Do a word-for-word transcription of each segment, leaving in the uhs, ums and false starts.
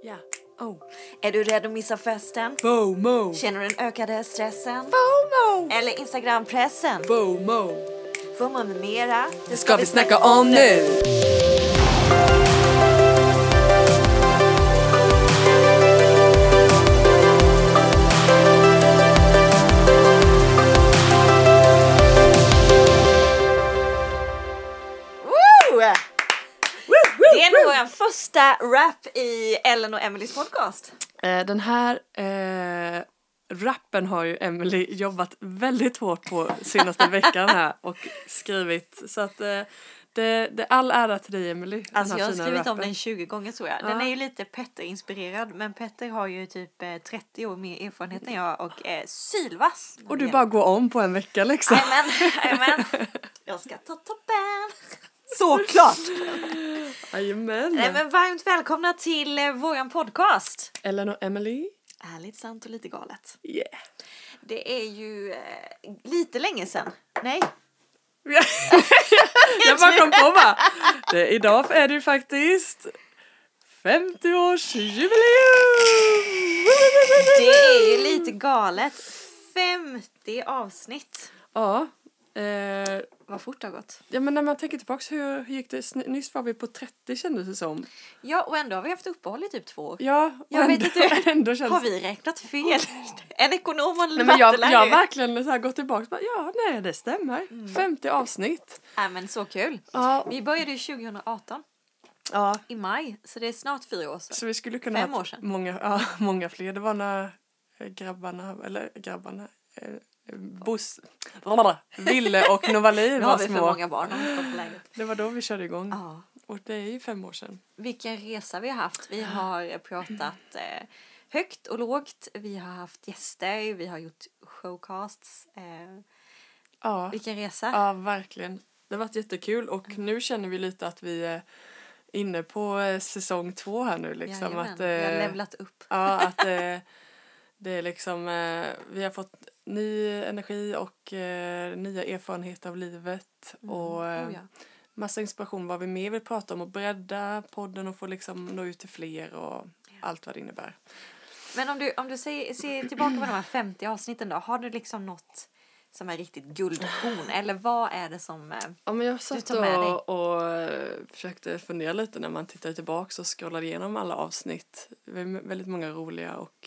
Ja. Oh. Är du rädd att missa festen? FOMO. Känner du den ökade stressen? FOMO. Eller Instagram-pressen? FOMO. FOMO med mera. Det ska vi snacka om nu. Det är nog vår första rap i Ellen och Emelies podcast. Eh, den här eh, rappen har ju Emily jobbat väldigt hårt på senaste veckan här och skrivit. Så att eh, det, det är all ära till dig, Emily. Alltså jag har skrivit rappen. om den tjugo gånger tror jag. Den Ja. är ju lite Petter-inspirerad. Men Petter har ju typ eh, trettio år mer erfarenhet än jag och är sylvass. Och du bara går om på en vecka liksom. Amen, amen. Jag ska ta toppen. Såklart. Jajamän. Nej, men varmt välkomna till eh, våran podcast. Ellen och Emily. Ärligt, sant och lite galet. Yeah. Det är ju eh, lite länge sedan. Nej. Jag bara kom på va. Det, idag är det ju faktiskt femtio-årsjubileum. Det är ju lite galet. femtio avsnitt. Ja. Eh, Vad fort det har gått. ja men när man tänker tillbaka, hur, hur gick det? Sn- Nyss var vi på trettio kändes det som. Ja, och ändå har vi haft uppehåll i typ två år. Ja, och Jag ändå, vet inte. ändå känns Har vi räknat fel? En ekonom och en Nej, men jag, mattelärare. jag har verkligen så här gått tillbaka och bara, ja, nej, det stämmer. Mm. femtio avsnitt. Nej, men så kul. Ja. Vi började ju tjugo arton Ja, i maj, så det är snart fyra år sedan. så vi skulle kunna Fem ha år sedan. många, ja, många fler. Det var när eh, grabbarna, eller grabbarna, eh, Bus, Ville och Novali Nu var har vi för små. många barn. Om vi på läget. Det var då vi körde igång. Ja. Och det är ju fem år sedan. Vilken resa vi har haft. Vi har pratat eh, högt och lågt. Vi har haft gäster. Vi har gjort showcasts. Eh, Ja, vilken resa. ja verkligen. Det har varit jättekul och nu känner vi lite att vi är inne på eh, säsong två här nu. Liksom. Jajamän, Att, vi har eh, levlat upp. Ja, att eh, det är liksom, eh, vi har fått ny energi och eh, nya erfarenheter av livet. Mm. Och eh, Oh, ja. massa inspiration vad vi mer vill prata om och bredda podden och få liksom nå ut till fler och allt vad det innebär. Men om du, om du ser, ser tillbaka på de här femtio avsnitten då. Har du liksom något som är riktigt guldkorn? Eller vad är det som... Eh, Ja, men jag satt tar med dig. och, och eh, försökte fundera lite när man tittar tillbaka och scrollar igenom alla avsnitt. Det är väldigt många roliga och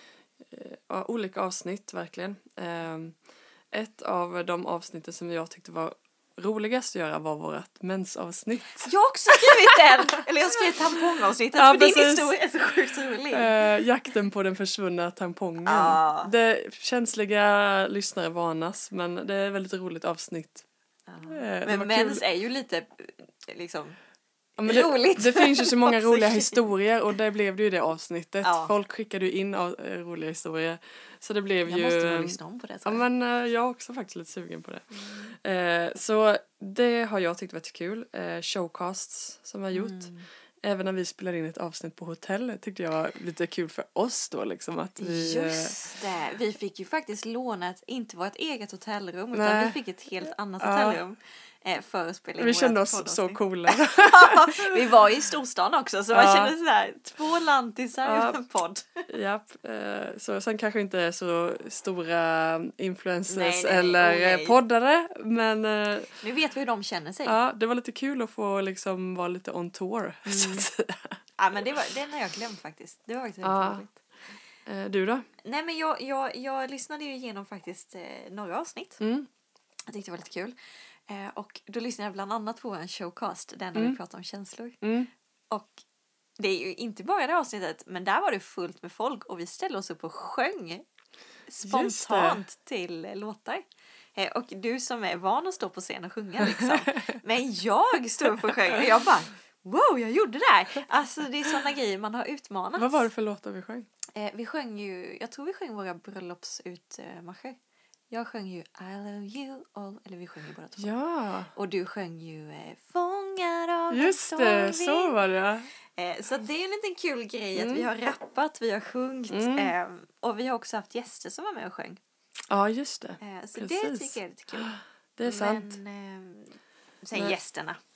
eh, ja, olika avsnitt verkligen. Eh, ett av de avsnitten som jag tyckte var roligast att göra var vårt mensavsnitt. Jag har också skrivit den! Eller jag har skrivit tampongavsnittet Ja, för din precis. historia är så sjukt rolig. Eh, jakten på den försvunna tampongen. Ah. Det känsliga lyssnare varnas, men det är ett väldigt roligt avsnitt. Ja. Eh, det Men var mens kul. är ju lite liksom Ja, men det, roligt. det finns ju så många Också roliga kul. historier och det blev det ju det avsnittet. Ja. Folk skickade ju in av, eh, roliga historier. Så det blev Jag ju... måste nog lyssna om på det. Ja, tror jag. men eh, jag är också faktiskt lite sugen på det. Mm. Eh, så det har jag tyckt varit kul. Eh, showcasts som jag har gjort. Mm. Även när vi spelade in ett avsnitt på hotell tyckte jag var lite kul för oss då liksom att vi... eh, Just det. Vi fick ju faktiskt låna ett, inte vårt eget hotellrum Nej. utan vi fick ett helt annat Ja. hotellrum eh, för att spela in Vi vårat kände oss så poddavsnitt. coola. Vi var i storstan också så man Ja. kände sådär två lantisar Ja. i en podd. Japp, eh, så sen kanske inte är så stora influencers Nej, nej, eller oh, nej. eh, poddare, men eh, Nu vet vi hur de känner sig. ja, det var lite kul att få liksom vara lite on tour. Så att säga. Ja, men det var, den har jag glömt faktiskt. Det var faktiskt Ja. väldigt roligt. Eh, du då? Nej, men jag, jag, jag lyssnade ju igenom faktiskt eh, några avsnitt. Mm. Jag tyckte det var lite kul. Eh, och då lyssnade jag bland annat på en showcast. Den där Mm. vi pratar om känslor. Mm. Och det är ju inte bara det avsnittet. Men där var det fullt med folk. Och vi ställde oss upp och sjöng spontant till eh, låtar. Eh, och du som är van att stå på scen och sjunga liksom. Men jag stod upp och sjöng. Och jag bara, wow, jag gjorde det där. Alltså det är sådana grejer man har utmanat. Vad var det för låtar vi sjöng? Eh, vi sjöng ju, jag tror vi sjöng våra bröllopsutmarscher. Jag sjöng ju I love you all, eller vi sjöng ju båda två. Ja, Och du sjöng ju eh, Fångad av just en det, stormvind. så var det. Eh, så det är en liten kul grej att Mm. vi har rappat, vi har sjungit. Mm. Eh, och vi har också haft gäster som var med och sjöng. Ja, just det. Eh, så det Precis. tycker jag är lite kul. Det är sant. Men, eh, sen Nej. gästerna.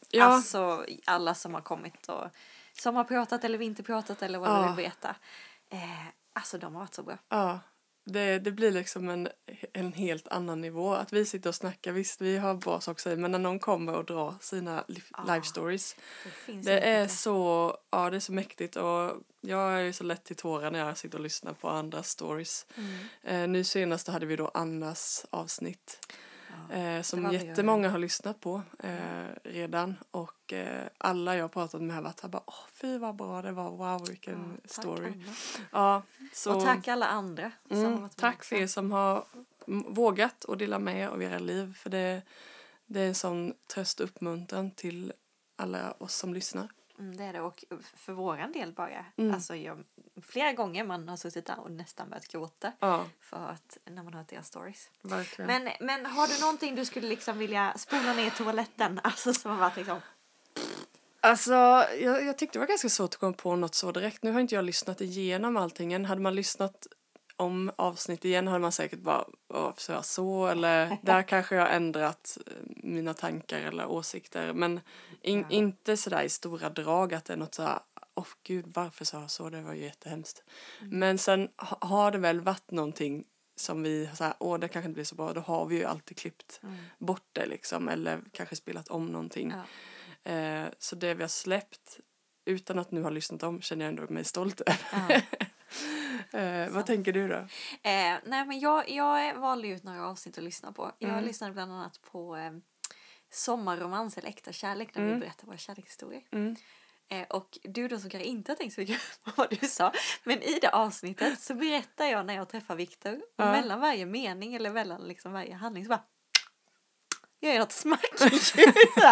Ja. Alltså alla som har kommit och som har pratat eller inte pratat eller vad Ja. du vill veta. Eh, alltså de har varit så bra. Ja, det, det blir liksom en, en helt annan nivå. Att vi sitter och snackar, visst vi har bra saker att säga, men när någon kommer och drar sina li- Ja. life stories. Det, finns Det inget är bättre. så, ja det är så mäktigt och jag är ju så lätt till tårar när jag sitter och lyssnar på andras stories. Mm. Eh, nu senast hade vi då Annas avsnitt. Ja, Eh, det som var jättemånga har lyssnat på eh, redan. Och eh, alla jag har pratat med har varit här bara, åh fy vad bra det var, wow vilken Ja, tack, story. Anna. Ja, så, Och tack alla andra som har mm, varit med tack också. för er som har m- vågat och dela med av era liv. För det, det är en sån tröst och uppmuntran till alla oss som lyssnar. Mm, det är det, och för våran del bara. Mm. Alltså jag, flera gånger man har suttit där och nästan börjat gråta. Ja, För att, när man har hört deras stories. verkligen. Men, men har du någonting du skulle liksom vilja spola ner i toaletten? Alltså som har varit liksom... Alltså, jag, jag tyckte det var ganska svårt att komma på något så direkt. Nu har inte jag lyssnat igenom allting än. Hade man lyssnat om avsnitt igen hade man säkert bara, åh, så jag så, eller där kanske jag har ändrat eh, mina tankar eller åsikter. Men in, Ja. inte sådär i stora drag att det är något sådär, åh gud, varför sa jag så? Det var ju jättehemskt. Mm. Men sen ha, har det väl varit någonting som vi såhär, åh det kanske inte blir så bra. Då har vi ju alltid klippt Mm. bort det liksom, eller kanske spelat om någonting. Ja. Eh, så det vi har släppt utan att nu ha lyssnat om känner jag ändå mig stolt över. Ja. eh, vad Sant. tänker du då? Eh, nej men jag, jag valde ut några avsnitt att lyssna på. Jag Mm. lyssnade bland annat på eh, Sommarromans eller Äkta kärlek när Mm. vi berättar våra kärlekshistorier. Mm. Eh, och du då som kanske inte har tänkt så mycket på vad du sa. Men i det avsnittet så berättar jag när jag träffar Viktor. Och Ja. mellan varje mening eller mellan liksom varje handling så bara... Jag gör något smackljud.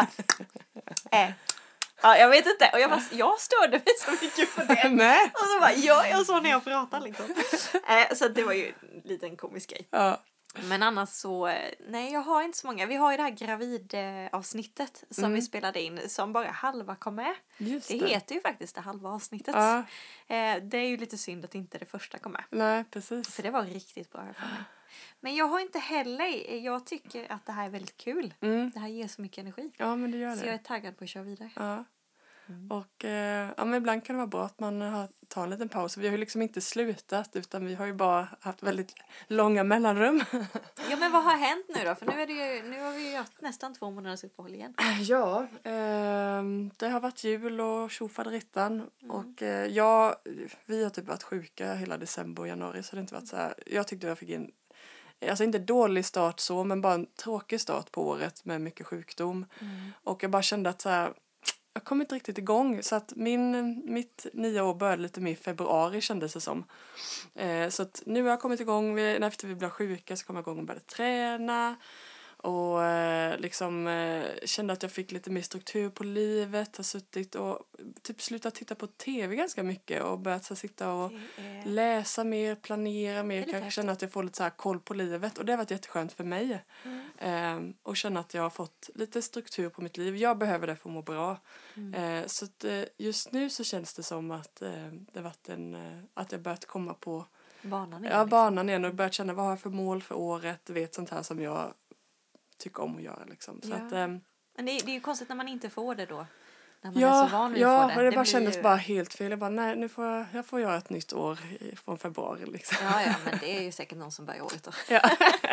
eh. Ja, jag vet inte. Och jag, bara, jag störde mig så mycket på det. Nej. Och så bara, jag är så när jag pratar liksom. Eh, så det var ju en liten komisk grej. Ja. Men annars så, eh, nej jag har inte så många. Vi har ju det här gravid-avsnittet som Mm. vi spelade in som bara halva kom med. Just Det det. heter ju faktiskt det halva avsnittet. Ja. Eh, det är ju lite synd att inte det första kom med. Nej, precis. För det var riktigt bra för mig. Men jag har inte heller, jag tycker att det här är väldigt kul. Mm. Det här ger så mycket energi. Ja, men det gör Så jag är det. taggad på att köra vidare. Ja. Mm. Och eh, ja, men ibland kan det vara bra att man har, tar en liten paus. Vi har ju liksom inte slutat utan vi har ju bara haft väldigt långa mellanrum. Ja men vad har hänt nu då? För nu, är det ju, nu har vi ju haft nästan två månaders uppehåll igen. Ja, ehm, det har varit jul och tjofaderittan. Mm. Och eh, jag, vi har typ varit sjuka hela december och januari så det har inte varit så här. Jag tyckte jag fick en, alltså inte dålig start så men bara en tråkig start på året med mycket sjukdom. Mm. Och jag bara kände att så här, jag kom inte riktigt igång så att min, mitt nya år började lite mer i februari kändes det som. Eh, så att nu har jag kommit igång, vi, efter vi blev sjuka så kom jag igång och började träna. Och eh, liksom eh, kände att jag fick lite mer struktur på livet. Har suttit och typ slutat titta på tv ganska mycket och börjat så, sitta och Det är- läsa mer, planera mer. lite Kanske häftigt. känna att jag får lite så här koll på livet. Och det har varit jätteskönt för mig. Mm. Eh, och känna att jag har fått lite struktur på mitt liv. Jag behöver det för att må bra. Mm. Eh, så att, eh, just nu så känns det som att eh, det varit en, eh, att jag börjat komma på Banan igen, ja, liksom. banan igen och börjat känna vad har jag för mål för året. Du vet sånt här som jag tycker om att göra liksom. Så Ja. att, ehm, Men det, är- det är ju konstigt när man inte får det då. När man är ja, så van vid ja att få och det. det bara blir kändes ju... bara helt fel. Jag bara, nej nu får jag, jag får göra ett nytt år i- från februari liksom. Ja, ja, men det är ju säkert någon som börjar året då. Ja.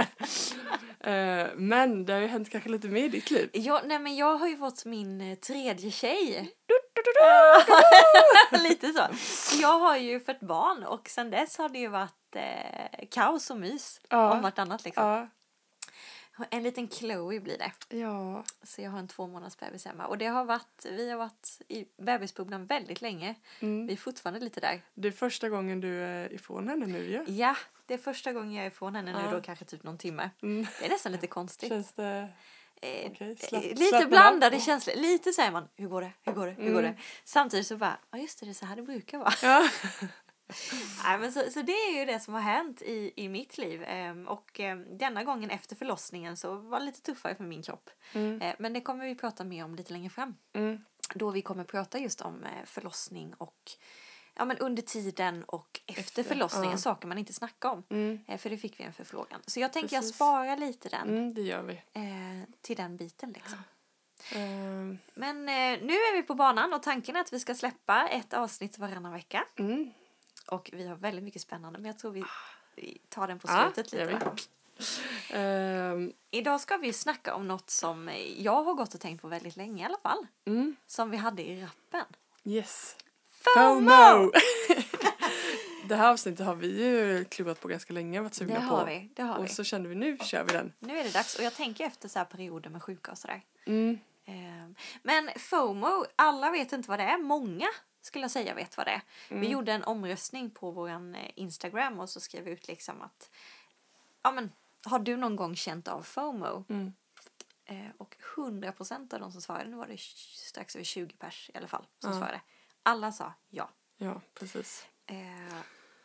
Eh, men det har ju hänt kanske lite mer i ditt liv. Ja, nej men jag har ju fått min eh, tredje tjej. Lite så. Så jag har ju fött barn och sen dess har det ju varit eh, kaos och mys Ja. om vartannat liksom. Ja. En liten Chloe blir det. Ja. Så jag har en två månaders bebis hemma. Och det har varit, vi har varit i bebisbubblan väldigt länge. Mm. Vi är fortfarande lite där. Det är första gången du är ifrån henne nu ju. Ja, det är första gången jag är ifrån henne Ja. nu då kanske typ någon timme. Mm. Det är nästan lite konstigt. Känns det... Eh, Okej, eh, slapp- lite slappna blandade av. känslor. Lite säger man, hur går det? Hur går det? Hur går Mm. det? Samtidigt så bara, ja just det, det är så här det brukar vara. Ja. Nej, men så, så det är ju det som har hänt i, i mitt liv. Ehm, och ehm, denna gången efter förlossningen så var det lite tuffare för min kropp. Mm. Eh, men det kommer vi prata mer om lite längre fram. Mm. Då vi kommer prata just om eh, förlossning och ja, men under tiden och efter, Efter, förlossningen. ja. Saker man inte snackar om. Mm. Eh, för det fick vi en förfrågan. Så jag tänker jag Precis. spara lite den Mm, det gör vi. eh, till den biten liksom. Uh, Men eh, nu är vi på banan och tanken är att vi ska släppa ett avsnitt varannan vecka. mm. Och vi har väldigt mycket spännande, men jag tror vi, vi tar den på Ja, slutet det gör lite. vi. Uh, Idag ska vi snacka om något som jag har gått och tänkt på väldigt länge i alla fall. mm. Som vi hade i rappen. Yes. FOMO! Det här avsnittet har vi ju klubbat på ganska länge och varit sugna Det på. har vi, det har och vi. så kände vi, nu kör vi den. Nu är det dags. Och jag tänker efter så här perioder med sjuka och sådär. Mm. Eh, men FOMO, alla vet inte vad det är. Många skulle jag säga vet vad det är. Mm. Vi gjorde en omröstning på våran Instagram och så skrev vi ut liksom att ja men, har du någon gång känt av FOMO? Mm. Eh, och hundra procent av de som svarade, nu var det strax över tjugo pers i alla fall som Ja. svarade. Alla sa ja. Ja, precis. Eh,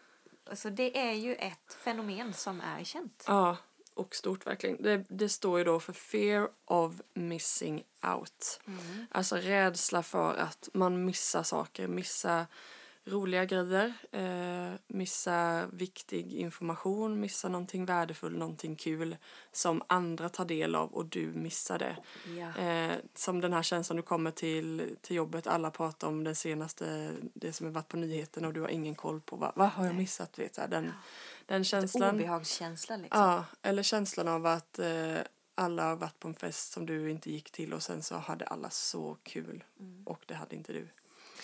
så det är ju ett fenomen som är känt. Ja, och stort verkligen. Det, det står ju då för fear of missing out. Mm. Alltså rädsla för att man missar saker, missar roliga grejer, eh, missa viktig information, missa någonting värdefullt, någonting kul som andra tar del av och du missar det. Ja. Eh, som den här känslan du kommer till, till jobbet, alla pratar om det senaste, det som har varit på nyheterna och du har ingen koll på vad, vad har jag missat, vet jag. Den, Ja. den känslan. Obehagskänsla liksom. Ja, eller känslan av att eh, alla har varit på en fest som du inte gick till och sen så hade alla så kul Mm. och det hade inte du.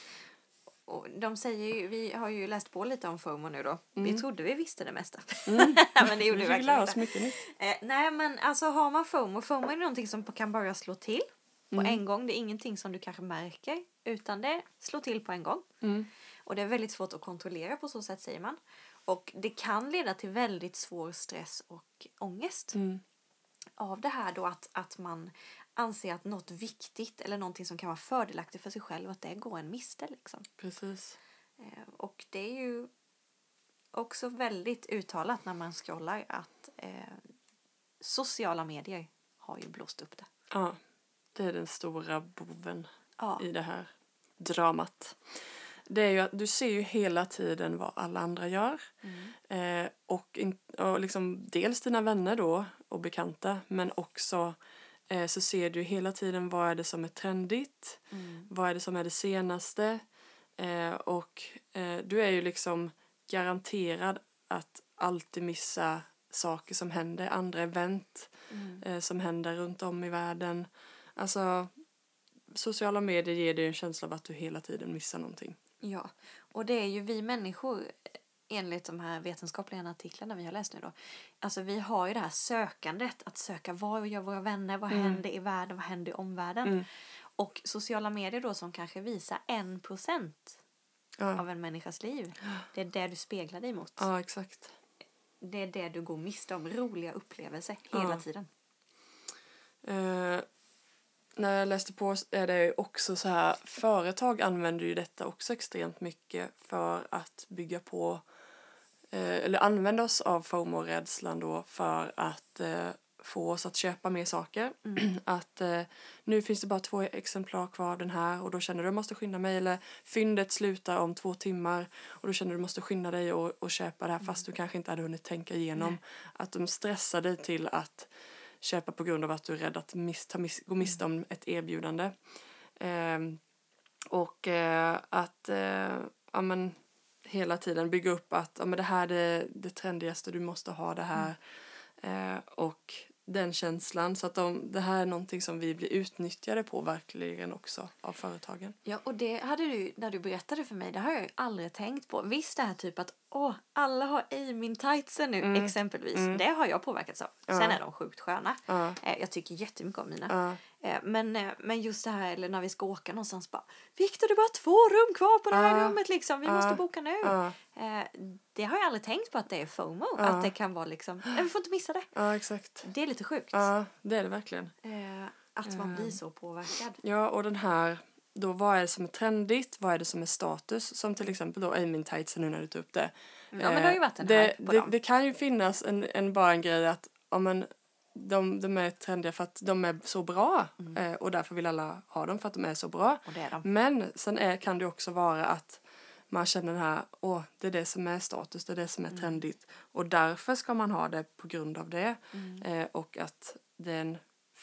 Och de säger ju, vi har ju läst på lite om FOMO nu då. Mm. Vi trodde vi visste det mesta. Mm. Men det gjorde vi vi fick lära verkligen oss inte. mycket nytt. Eh, nej men alltså har man FOMO, FOMO är någonting som kan bara slå till på Mm. en gång. Det är ingenting som du kanske märker utan det slår till på en gång. Mm. Och det är väldigt svårt att kontrollera på så sätt säger man. Och det kan leda till väldigt svår stress och ångest. Mm. Av det här då att, att man anser att något viktigt eller någonting som kan vara fördelaktigt för sig själv att det går en miste liksom. Precis. Eh, och det är ju också väldigt uttalat när man scrollar att eh, sociala medier har ju blåst upp det. Ja, det är den stora boven Ja. i det här dramat. Det är ju att du ser ju hela tiden vad alla andra gör. Mm. Eh, och, in, och liksom dels dina vänner då och bekanta, men också eh, så ser du hela tiden vad är det som är trendigt, Mm. vad är det som är det senaste. Eh, och eh, du är ju liksom garanterad att alltid missa saker som händer, andra event Mm. eh, som händer runt om i världen. Alltså, sociala medier ger dig en känsla av att du hela tiden missar någonting. Ja, och det är ju vi människor enligt de här vetenskapliga artiklarna vi har läst nu då. Alltså vi har ju det här sökandet att söka vad gör våra vänner, vad Mm. händer i världen, vad händer i omvärlden. Mm. Och sociala medier då som kanske visar en procent Ja. av en människas liv. Det är det du speglar dig mot. Ja, exakt. Det är det du går miste om, roliga upplevelser hela Ja. tiden. Eh, när jag läste på är det ju också så här, företag använder ju detta också extremt mycket för att bygga på eh, eller använda oss av FOMO-rädslan då för att eh, få oss att köpa mer saker. Mm. Att eh, nu finns det bara två exemplar kvar av den här och då känner du att du måste skynda mig, eller fyndet slutar om två timmar och då känner du att du måste skynda dig och, och köpa det här fast du kanske inte hade hunnit tänka igenom. Nej. Att de stressar dig till att köpa på grund av att du är rädd att miss, ta miss, gå miste om ett erbjudande. Eh, och eh, att eh, ja, men, hela tiden bygga upp att ja, men det här är det, det trendigaste, du måste ha det här. Eh, och den känslan. Så att de, det här är någonting som vi blir utnyttjade på verkligen också av företagen. Ja, och det hade du, när du berättade för mig, det har jag ju aldrig tänkt på. Visst det här typ att, åh, alla har Aiming tightsen nu, Mm. exempelvis. Mm. Det har jag påverkats av. Ja. Sen är de sjukt sköna. Ja, Eh, jag tycker jättemycket om mina. ja, Eh, men, eh, men just det här, eller när vi ska åka någonstans bara, Victor, det är bara två rum kvar på det här Ja. rummet liksom, vi Ja. måste boka nu. ja, Eh, det har jag aldrig tänkt på att det är FOMO, Ja. att det kan vara liksom, nej vi får inte missa det. ja, exakt. Det är lite sjukt. Ja, det är det verkligen. Eh, att man Eh. blir så påverkad. Ja, och den här, då vad är det som är trendigt, vad är det som är status, som till exempel då Aiming tightsen nu när du tar upp det. Ja, men det har ju varit en det, hype på det, dem. det kan ju finnas en, en bara en grej att ja, men, de, de är trendiga för att de är så bra Mm. eh, och därför vill alla ha dem för att de är så bra. Och det är de. Men sen är, kan det också vara att man känner den här, åh, det är det som är status, det är det som är Mm. trendigt. Och därför ska man ha det på grund av det. Mm. Eh, och att det är en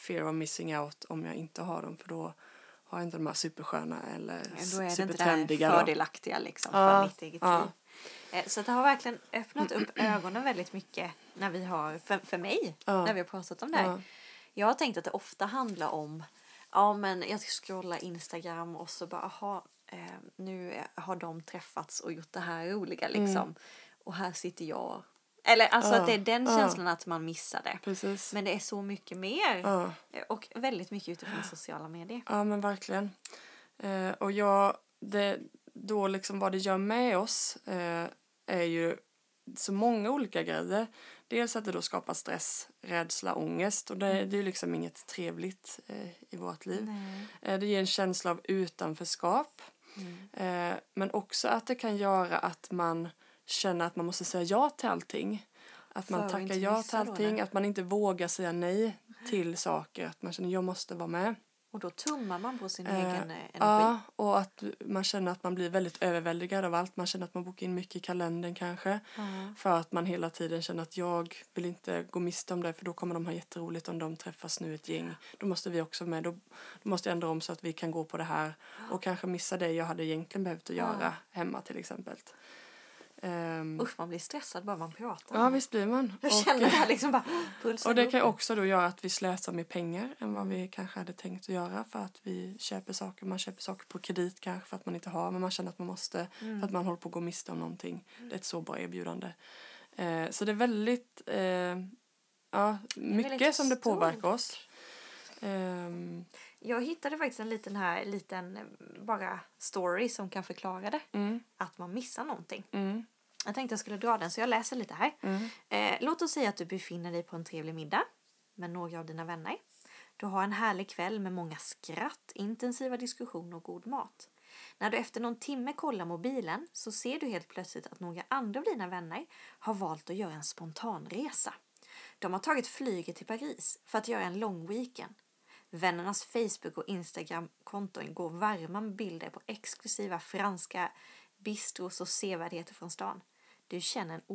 fear of missing out om jag inte har dem, för då har jag inte de här supersköna eller Då är det inte supertrendiga. det fördelaktiga liksom, ja, för mitt eget ja. liv. Så det har verkligen öppnat upp ögonen väldigt mycket när vi har, för, för mig, ja. när vi har pratat om det här. Ja. Jag har tänkt att det ofta handlar om, ja men jag scrollar Instagram och så bara, aha, eh, nu har de träffats och gjort det här roliga liksom. Mm. Och här sitter jag. Eller alltså ja. att det är den ja. känslan att man missar det. Precis. Men det är så mycket mer. Ja. Och väldigt mycket utifrån sociala medier. Ja men verkligen. Eh, och jag, det, då liksom vad det gör med oss eh, är ju så många olika grejer. Dels att det då skapar stress, rädsla, ångest. Och det, mm. det är ju liksom inget trevligt eh, i vårt liv. Eh, det ger en känsla av utanförskap. Mm. Eh, men också att det kan göra att man känner att man måste säga ja till allting. Att man För tackar ja till allting. Då, att man inte vågar säga nej till saker. Att man känner att jag måste vara med. Och då tummar man på sin eh, egen energi. Ja, och att man känner att man blir väldigt överväldigad av allt. Man känner att man bokar in mycket i kalendern kanske. Mm. För att man hela tiden känner att jag vill inte gå miste om det. För då kommer de ha jätteroligt om de träffas nu ett gäng. Då måste vi också med. Då, då måste jag ändra om så att vi kan gå på det här. Och kanske missa det jag hade egentligen behövt att göra mm. hemma till exempel. Um, Usch, man blir stressad bara man pratar. Ja, visst blir man. Jag känner det här liksom bara pulsen. Och det kan också då göra att vi slösar med pengar än vad vi kanske hade tänkt att göra, för att vi köper saker. Man köper saker på kredit kanske för att man inte har, men man känner att man måste mm. för att man håller på att gå miste om någonting. Mm. Det är ett så bra erbjudande. Eh, så det är väldigt eh, ja, mycket väldigt som det påverkar oss. Um, jag hittade faktiskt en liten här liten bara story som kan förklara det. Mm. Att man missar någonting. Mm. Jag tänkte jag skulle dra den, så jag läser lite här. Mm. Eh, låt oss säga att du befinner dig på en trevlig middag med några av dina vänner. Du har en härlig kväll med många skratt, intensiva diskussioner och god mat. När du efter någon timme kollar mobilen så ser du helt plötsligt att några andra av dina vänner har valt att göra en spontanresa. De har tagit flyget till Paris för att göra en lång weekend. Vännernas Facebook- och Instagram-konton går varma med bilder på exklusiva franska bistros och sevärdheter från stan. Du känner en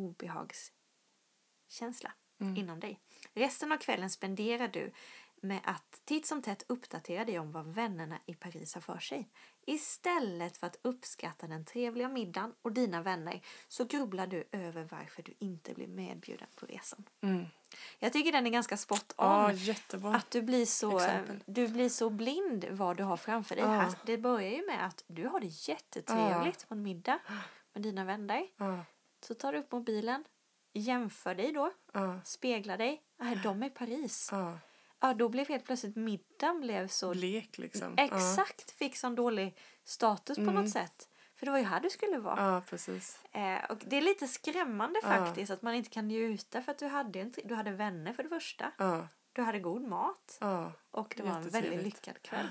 obehagskänsla mm. inom dig. Resten av kvällen spenderar du med att titt som tätt uppdatera dig om vad vännerna i Paris har för sig. Istället för att uppskatta den trevliga middagen och dina vänner så grubblar du över varför du inte blir medbjuden på resan. Mm. Jag tycker den är ganska spot on. Ja, jättebra. Att du blir så du blir så blind vad du har framför dig. Ja. Här, det börjar ju med att du har det jättetrevligt ja. på en middag med dina vänner. Ja. Så tar du upp mobilen, jämför dig då, ja. speglar dig. Äh, de är i Paris. Ja. Ja, då blev helt plötsligt middagen blev så blek liksom. Exakt, ja. fick sån dålig status mm. på något sätt. För det var ju här du skulle vara. Ja, precis. Eh, och det är lite skrämmande ja. faktiskt att man inte kan njuta, för att du hade, en, du hade vänner för det första. Ja. Du hade god mat. Ja. Och det var en väldigt lyckad kväll.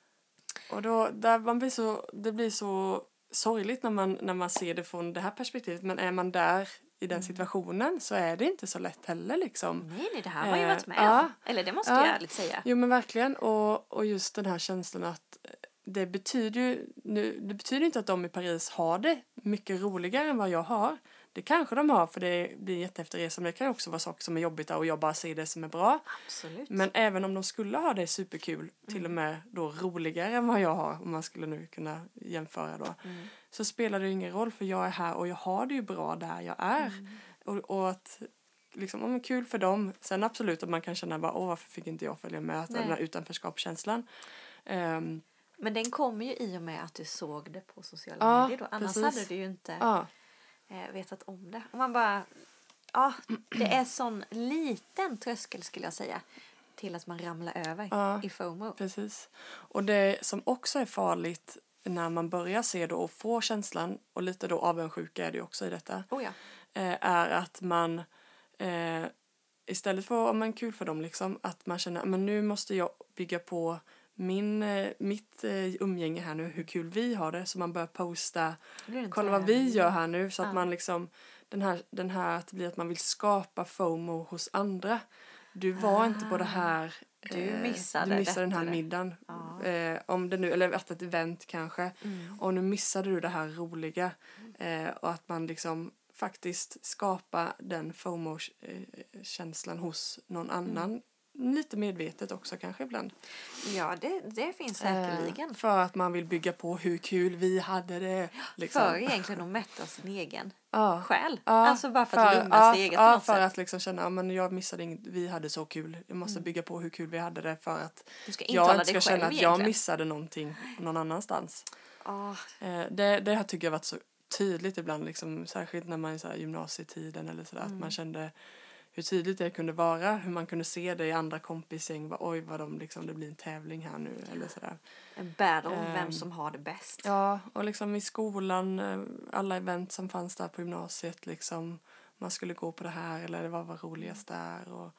Och då, där man blir så, det blir så sorgligt när man, när man ser det från det här perspektivet. Men är man där i den situationen så är det inte så lätt heller liksom. Nej, nej det här har ju varit med eh, ja. Eller det måste ja. jag ärligt säga. Jo men verkligen. Och, och just den här känslan att det betyder ju, nu, det betyder inte att de i Paris har det mycket roligare än vad jag har. Det kanske de har, för det blir en jättehäftig resa. Men det kan ju också vara saker som är jobbigt och jag bara ser det som är bra. Absolut. Men även om de skulle ha det superkul, mm. till och med då roligare än vad jag har, om man skulle nu kunna jämföra då. Mm. Så spelar det ju ingen roll, för jag är här och jag har det ju bra där jag är. Mm. Och, och att liksom, om det är kul för dem. Sen absolut att man kan känna bara, åh varför fick inte jag följa med? Att den här utanförskapskänslan. Um, Men den kommer ju i och med att du såg det på sociala ja, medier då. Annars precis. hade du ju inte ja. eh, vetat om det. Och man bara, ja, det är sån liten tröskel skulle jag säga till att man ramlar över ja, i FOMO. Precis. Och det som också är farligt när man börjar se då och få känslan, och lite då avundsjuka är det också i detta, oh ja. eh, är att man eh, istället för, om man är kul för dem liksom, att man känner, men nu måste jag bygga på min, mitt eh, umgänge här nu, hur kul vi har det, så man börjar posta, kolla vad vi gör här nu, så att ja. man liksom, den här, den här att det blir att man vill skapa FOMO hos andra. Du var ah, inte på det här, du missade, eh, du missade den här middagen, ah. eh, om det nu, eller att ett event kanske, mm. och nu missade du det här roliga, eh, och att man liksom faktiskt skapar den FOMO-känslan hos någon annan. Mm. lite medvetet också kanske ibland. Ja, det, det finns säkerligen. Eh, för att man vill bygga på hur kul vi hade det. Liksom. För egentligen att mätta sin egen ja. själ. Ja, alltså bara för, för att lugna ja, sig eget ja, på något för sätt. att liksom känna, ja men jag missade inget, vi hade så kul. Jag måste mm. bygga på hur kul vi hade det för att du ska jag inte känna ska känna att egentligen. jag missade någonting någon annanstans. Oh. Eh, det, det har tycker jag varit så tydligt ibland, liksom, särskilt när man är så här gymnasietiden eller sådär, mm. att man kände hur tydligt det kunde vara, hur man kunde se det i andra kompisgäng, bara, oj vad de liksom, det blir en tävling här nu eller sådär. En battle om um, vem som har det bäst. Ja, och liksom i skolan, alla event som fanns där på gymnasiet, liksom, man skulle gå på det här eller det var vad roligast där och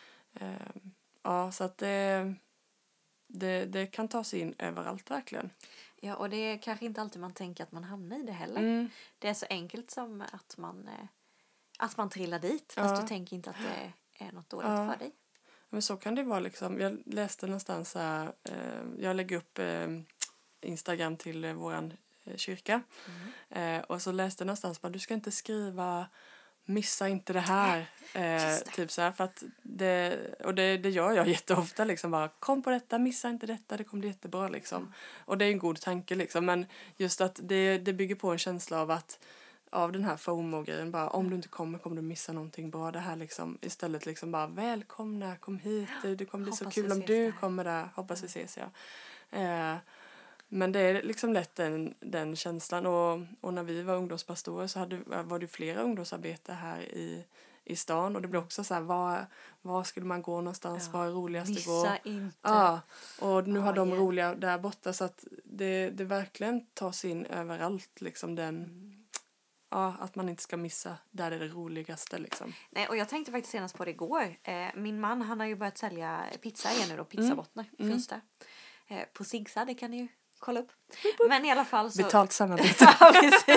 um, ja, så att det, det, det kan ta sig in överallt verkligen. Ja, och det är kanske inte alltid man tänker att man hamnar i det heller. Mm. Det är så enkelt som att man att man trillar dit, fast ja. Du tänker inte att det är något dåligt ja. För dig. Men så kan det vara liksom. Jag läste någonstans här, eh, jag lägger upp eh, Instagram till eh, våran eh, kyrka. Mm. Eh, och så läste jag någonstans att du ska inte skriva missa inte det här. Eh, det. Typ så här, för att det, och det, det gör jag jätteofta liksom, bara kom på detta, missa inte detta, det kommer bli jättebra liksom. Mm. Och det är en god tanke liksom, men just att det, det bygger på en känsla av att av den här FOMO-grejen, bara om du inte kommer kommer du missa någonting bra, det här liksom, istället liksom bara välkomna, kom hit, det kommer bli så kul om du där. Kommer där, hoppas vi ses ja. Eh, men det är liksom lätt den, den känslan och, och när vi var ungdomspastorer så hade, var det flera ungdomsarbete här i, i stan och det blev också så här, var, var skulle man gå någonstans, ja, var är roligast att gå? Missa inte. Ja, och nu ja, har de yeah. roliga där borta så att det, det verkligen tas in överallt liksom den mm. Ja, att man inte ska missa där det är det roligaste liksom. Nej, och jag tänkte faktiskt senast på det igår. Eh, min man, han har ju börjat sälja pizza igen nu då, pizzabottnar. Mm. Finns det. Eh, på Sigsa, det kan ni ju kolla upp. Men i alla fall så... Betalt samarbete. Ja,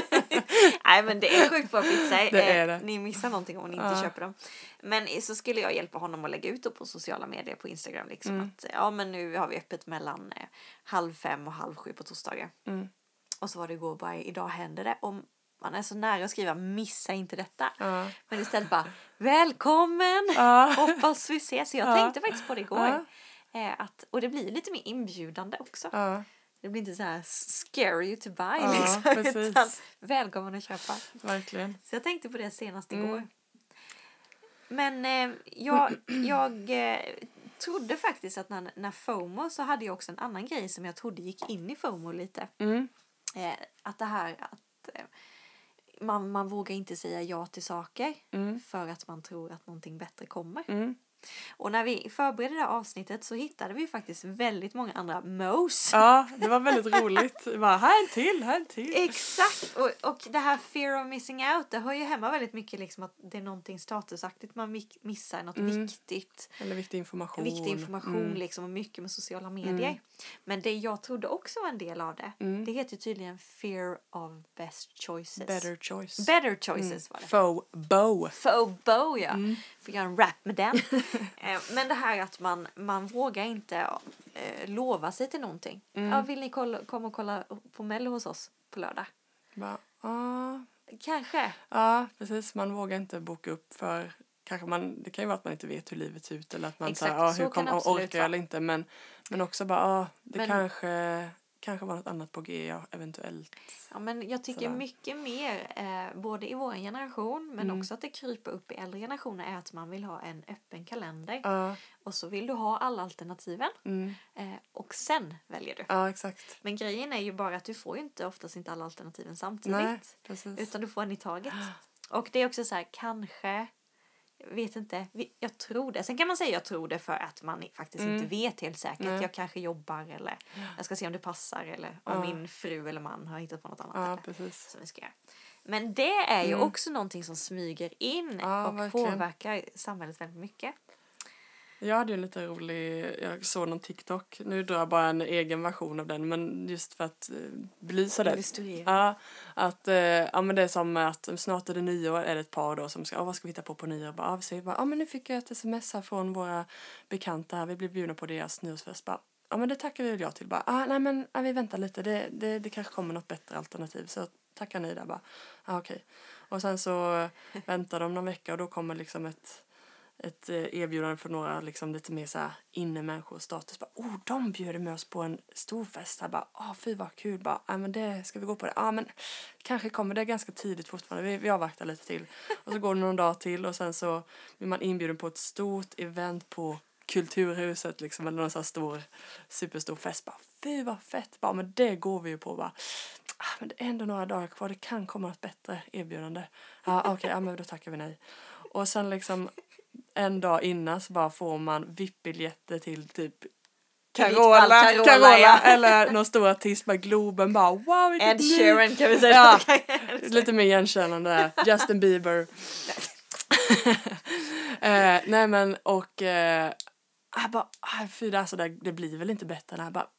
nej, men det är sjukt bra pizza. Det är det. Ni missar någonting om ni inte ja. Köper dem. Men så skulle jag hjälpa honom att lägga ut det på sociala medier på Instagram. Liksom, mm. att, ja, men nu har vi öppet mellan eh, halv fem och halv sju på torsdagar. Mm. Och så var det igår bara, idag händer det. Om man är så nära att skriva, missa inte detta. Uh. Men istället bara, välkommen! Uh. Hoppas vi ses. Så jag uh. tänkte faktiskt på det igår. Uh. Eh, att, och det blir lite mer inbjudande också. Uh. Det blir inte så här scary to buy. Uh, liksom, utan välkommen att köpa. Verkligen. Så jag tänkte på det senast igår. Mm. Men eh, jag, jag eh, trodde faktiskt att när, när FOMO så hade jag också en annan grej som jag trodde gick in i FOMO lite. Mm. Eh, att det här att... Eh, Man, man vågar inte säga ja till saker mm. för att man tror att någonting bättre kommer. Mm. Och när vi förberedde det här avsnittet så hittade vi faktiskt väldigt många andra mo's. Ja, det var väldigt roligt. Bara, här en till, här en till. Exakt. Och, och det här fear of missing out, det hör ju hemma väldigt mycket liksom att det är någonting statusaktigt. Man missar något mm. viktigt. Eller viktig information. Viktig information mm. liksom och mycket med sociala medier. Mm. Men det jag trodde också var en del av det. Mm. Det heter tydligen fear of best choices. Better choice. Better choices mm. var det. FOBO. FOBO, ja. Mm. Fick jag en rap med den. Men det här att man, man vågar inte eh, lova sig till någonting. Mm. Ja, vill ni kolla, komma och kolla på Mello hos oss på lördag? Va? Ah. Kanske. Ja, precis. Man vågar inte boka upp för... Kanske man, det kan ju vara att man inte vet hur livet ser ut. Eller att man Exakt, så här, ah, så hur kom, orkar jag eller inte. Men, men också bara, ah, det men, kanske... Kanske var något annat på G, ja, eventuellt. Ja, men jag tycker sådär. Mycket mer, eh, både i vår generation, men mm. också att det kryper upp i äldre generationer, är att man vill ha en öppen kalender. Uh. Och så vill du ha alla alternativen. Mm. Eh, och sen väljer du. Ja, exakt. Men grejen är ju bara att du får ju inte oftast inte alla alternativen samtidigt. Nej, precis. Utan du får en i taget. Och det är också så här, kanske... Jag vet inte. Jag tror det. Sen kan man säga jag tror det för att man faktiskt mm. inte vet helt säkert. Nej. Jag kanske jobbar eller jag ska se om det passar eller om ja. Min fru eller man har hittat på något annat. Ja, eller, precis. som vi ska göra. Men det är ju mm. också någonting som smyger in ja, och verkligen. Påverkar samhället väldigt mycket. Jag hade ju en lite rolig, jag såg någon TikTok, nu drar jag bara en egen version av den, men just för att eh, belysa det. Ja, att eh, ja, men det är som att snart är det nyår, är det ett par då som ska, ja, vad ska vi hitta på på nyår? Bara, ja, vi säger bara, ja men nu fick jag ett sms här från våra bekanta här, vi blir bjudna på deras nyårsfest, bara, ja men det tackar vi väl jag till, bara, ah, nej men ja, vi väntar lite, det, det, det kanske kommer något bättre alternativ, så tackar ni där bara, ja okej. Och sen så väntar de någon vecka och då kommer liksom ett ett erbjudande för några liksom lite mer så här innemänniskor status. Bara, oh, de bjuder med oss på en stor fest. Jag bara, ah, fy vad kul. Bara, ah, men det, ska vi gå på det? Ja, ah, men kanske kommer det ganska tidigt fortfarande. Vi, vi avvaktar lite till. Och så går det någon dag till och sen så blir man inbjuden på ett stort event på Kulturhuset liksom, eller någon sån här stor, superstor fest. Bara, fy vad fett. Bara, men det går vi ju på. Bara, ah, men det är ändå några dagar kvar. Det kan komma något bättre erbjudande. Ja, okej, okay, ja, men då tackar vi nej. Och sen liksom en dag innan så bara får man V I P-biljetter till typ Carola, Carola, Carola ja. Eller någon stor artist med Globen. Bara, wow, vilket Ed Sheeran kan vi säga. Ja, lite mer igenkännande. Justin Bieber. eh, nej men, och eh, jag bara, fy, alltså, det, det blir väl inte bättre. Jag bara,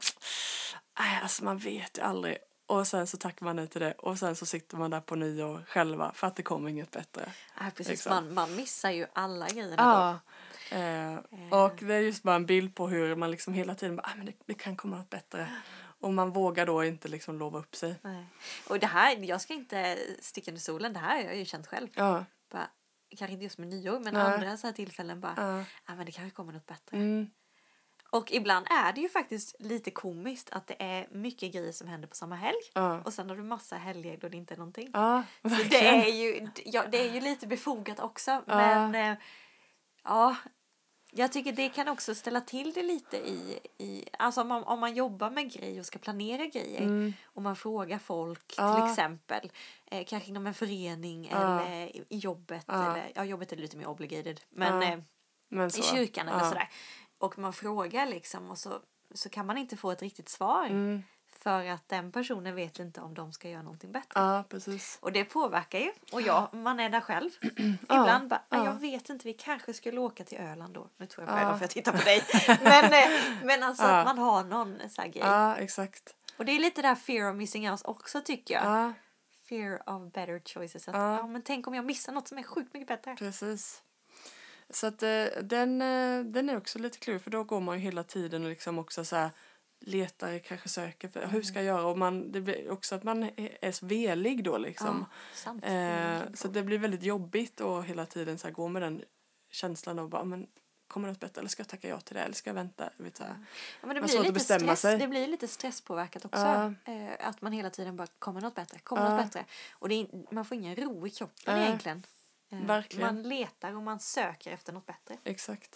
alltså man vet ju aldrig. Och sen så tackar man nej till det. Och sen så sitter man där på nyår själva. För att det kommer inget bättre. Ja, precis. Liksom. Man, man missar ju alla grejerna ja. då. Eh, och det är just bara en bild på hur man liksom hela tiden bara, ah, men det, det kan komma något bättre. Och man vågar då inte liksom lova upp sig. Nej. Och det här, jag ska inte sticka under solen. Det här har jag ju känt själv. Ja. Bara, kanske inte just med nyår. Men nej. andra så här tillfällen bara, ja, ah, men det kanske kommer något bättre. Mm. Och ibland är det ju faktiskt lite komiskt att det är mycket grejer som händer på samma helg. Ja. Och sen har du massa helger då det inte är någonting. Ja, så det är ju ja, det är ju lite befogat också. Ja. Men eh, ja, jag tycker det kan också ställa till det lite i, i alltså om man, om man jobbar med grejer och ska planera grejer. Mm. Och man frågar folk ja. till exempel. Eh, kanske inom en förening ja. eller i, i jobbet. Ja. Eller, ja, jobbet är lite mer obligated. Men, ja. eh, men i kyrkan eller ja. sådär. Och man frågar liksom och så, så kan man inte få ett riktigt svar. Mm. För att den personen vet inte om de ska göra någonting bättre. Ja, precis. Och det påverkar ju. Och jag, man är där själv. Ibland bara, ja. jag vet inte, vi kanske skulle åka till Öland då. Nu tror jag på ja. Öland för jag tittar på dig. men, men alltså ja. att man har någon sån här grej. Ja, exakt. Och det är lite där fear of missing out också tycker jag. Ja. Fear of better choices. Att, ja. ja, men tänk om jag missar något som är sjukt mycket bättre. Precis. Så att eh, den, eh, den är också lite klurig. För då går man ju hela tiden och liksom också så här letar, kanske söker. För, mm. Hur ska jag göra? Och man, det blir också att man är så velig då liksom. Ja, eh, så det blir väldigt jobbigt att hela tiden så här, gå med den känslan av bara, men kommer något bättre? Eller ska jag tacka ja till det? Eller ska jag vänta? Vet, så här. Ja, men det blir lite stress, sig. Det blir lite stresspåverkat också. Ja. Eh, att man hela tiden bara, kommer något bättre? Kommer ja. något bättre? Och det är, man får ingen ro i kroppen ja. egentligen. Verkligen. Man letar och man söker efter något bättre. Exakt.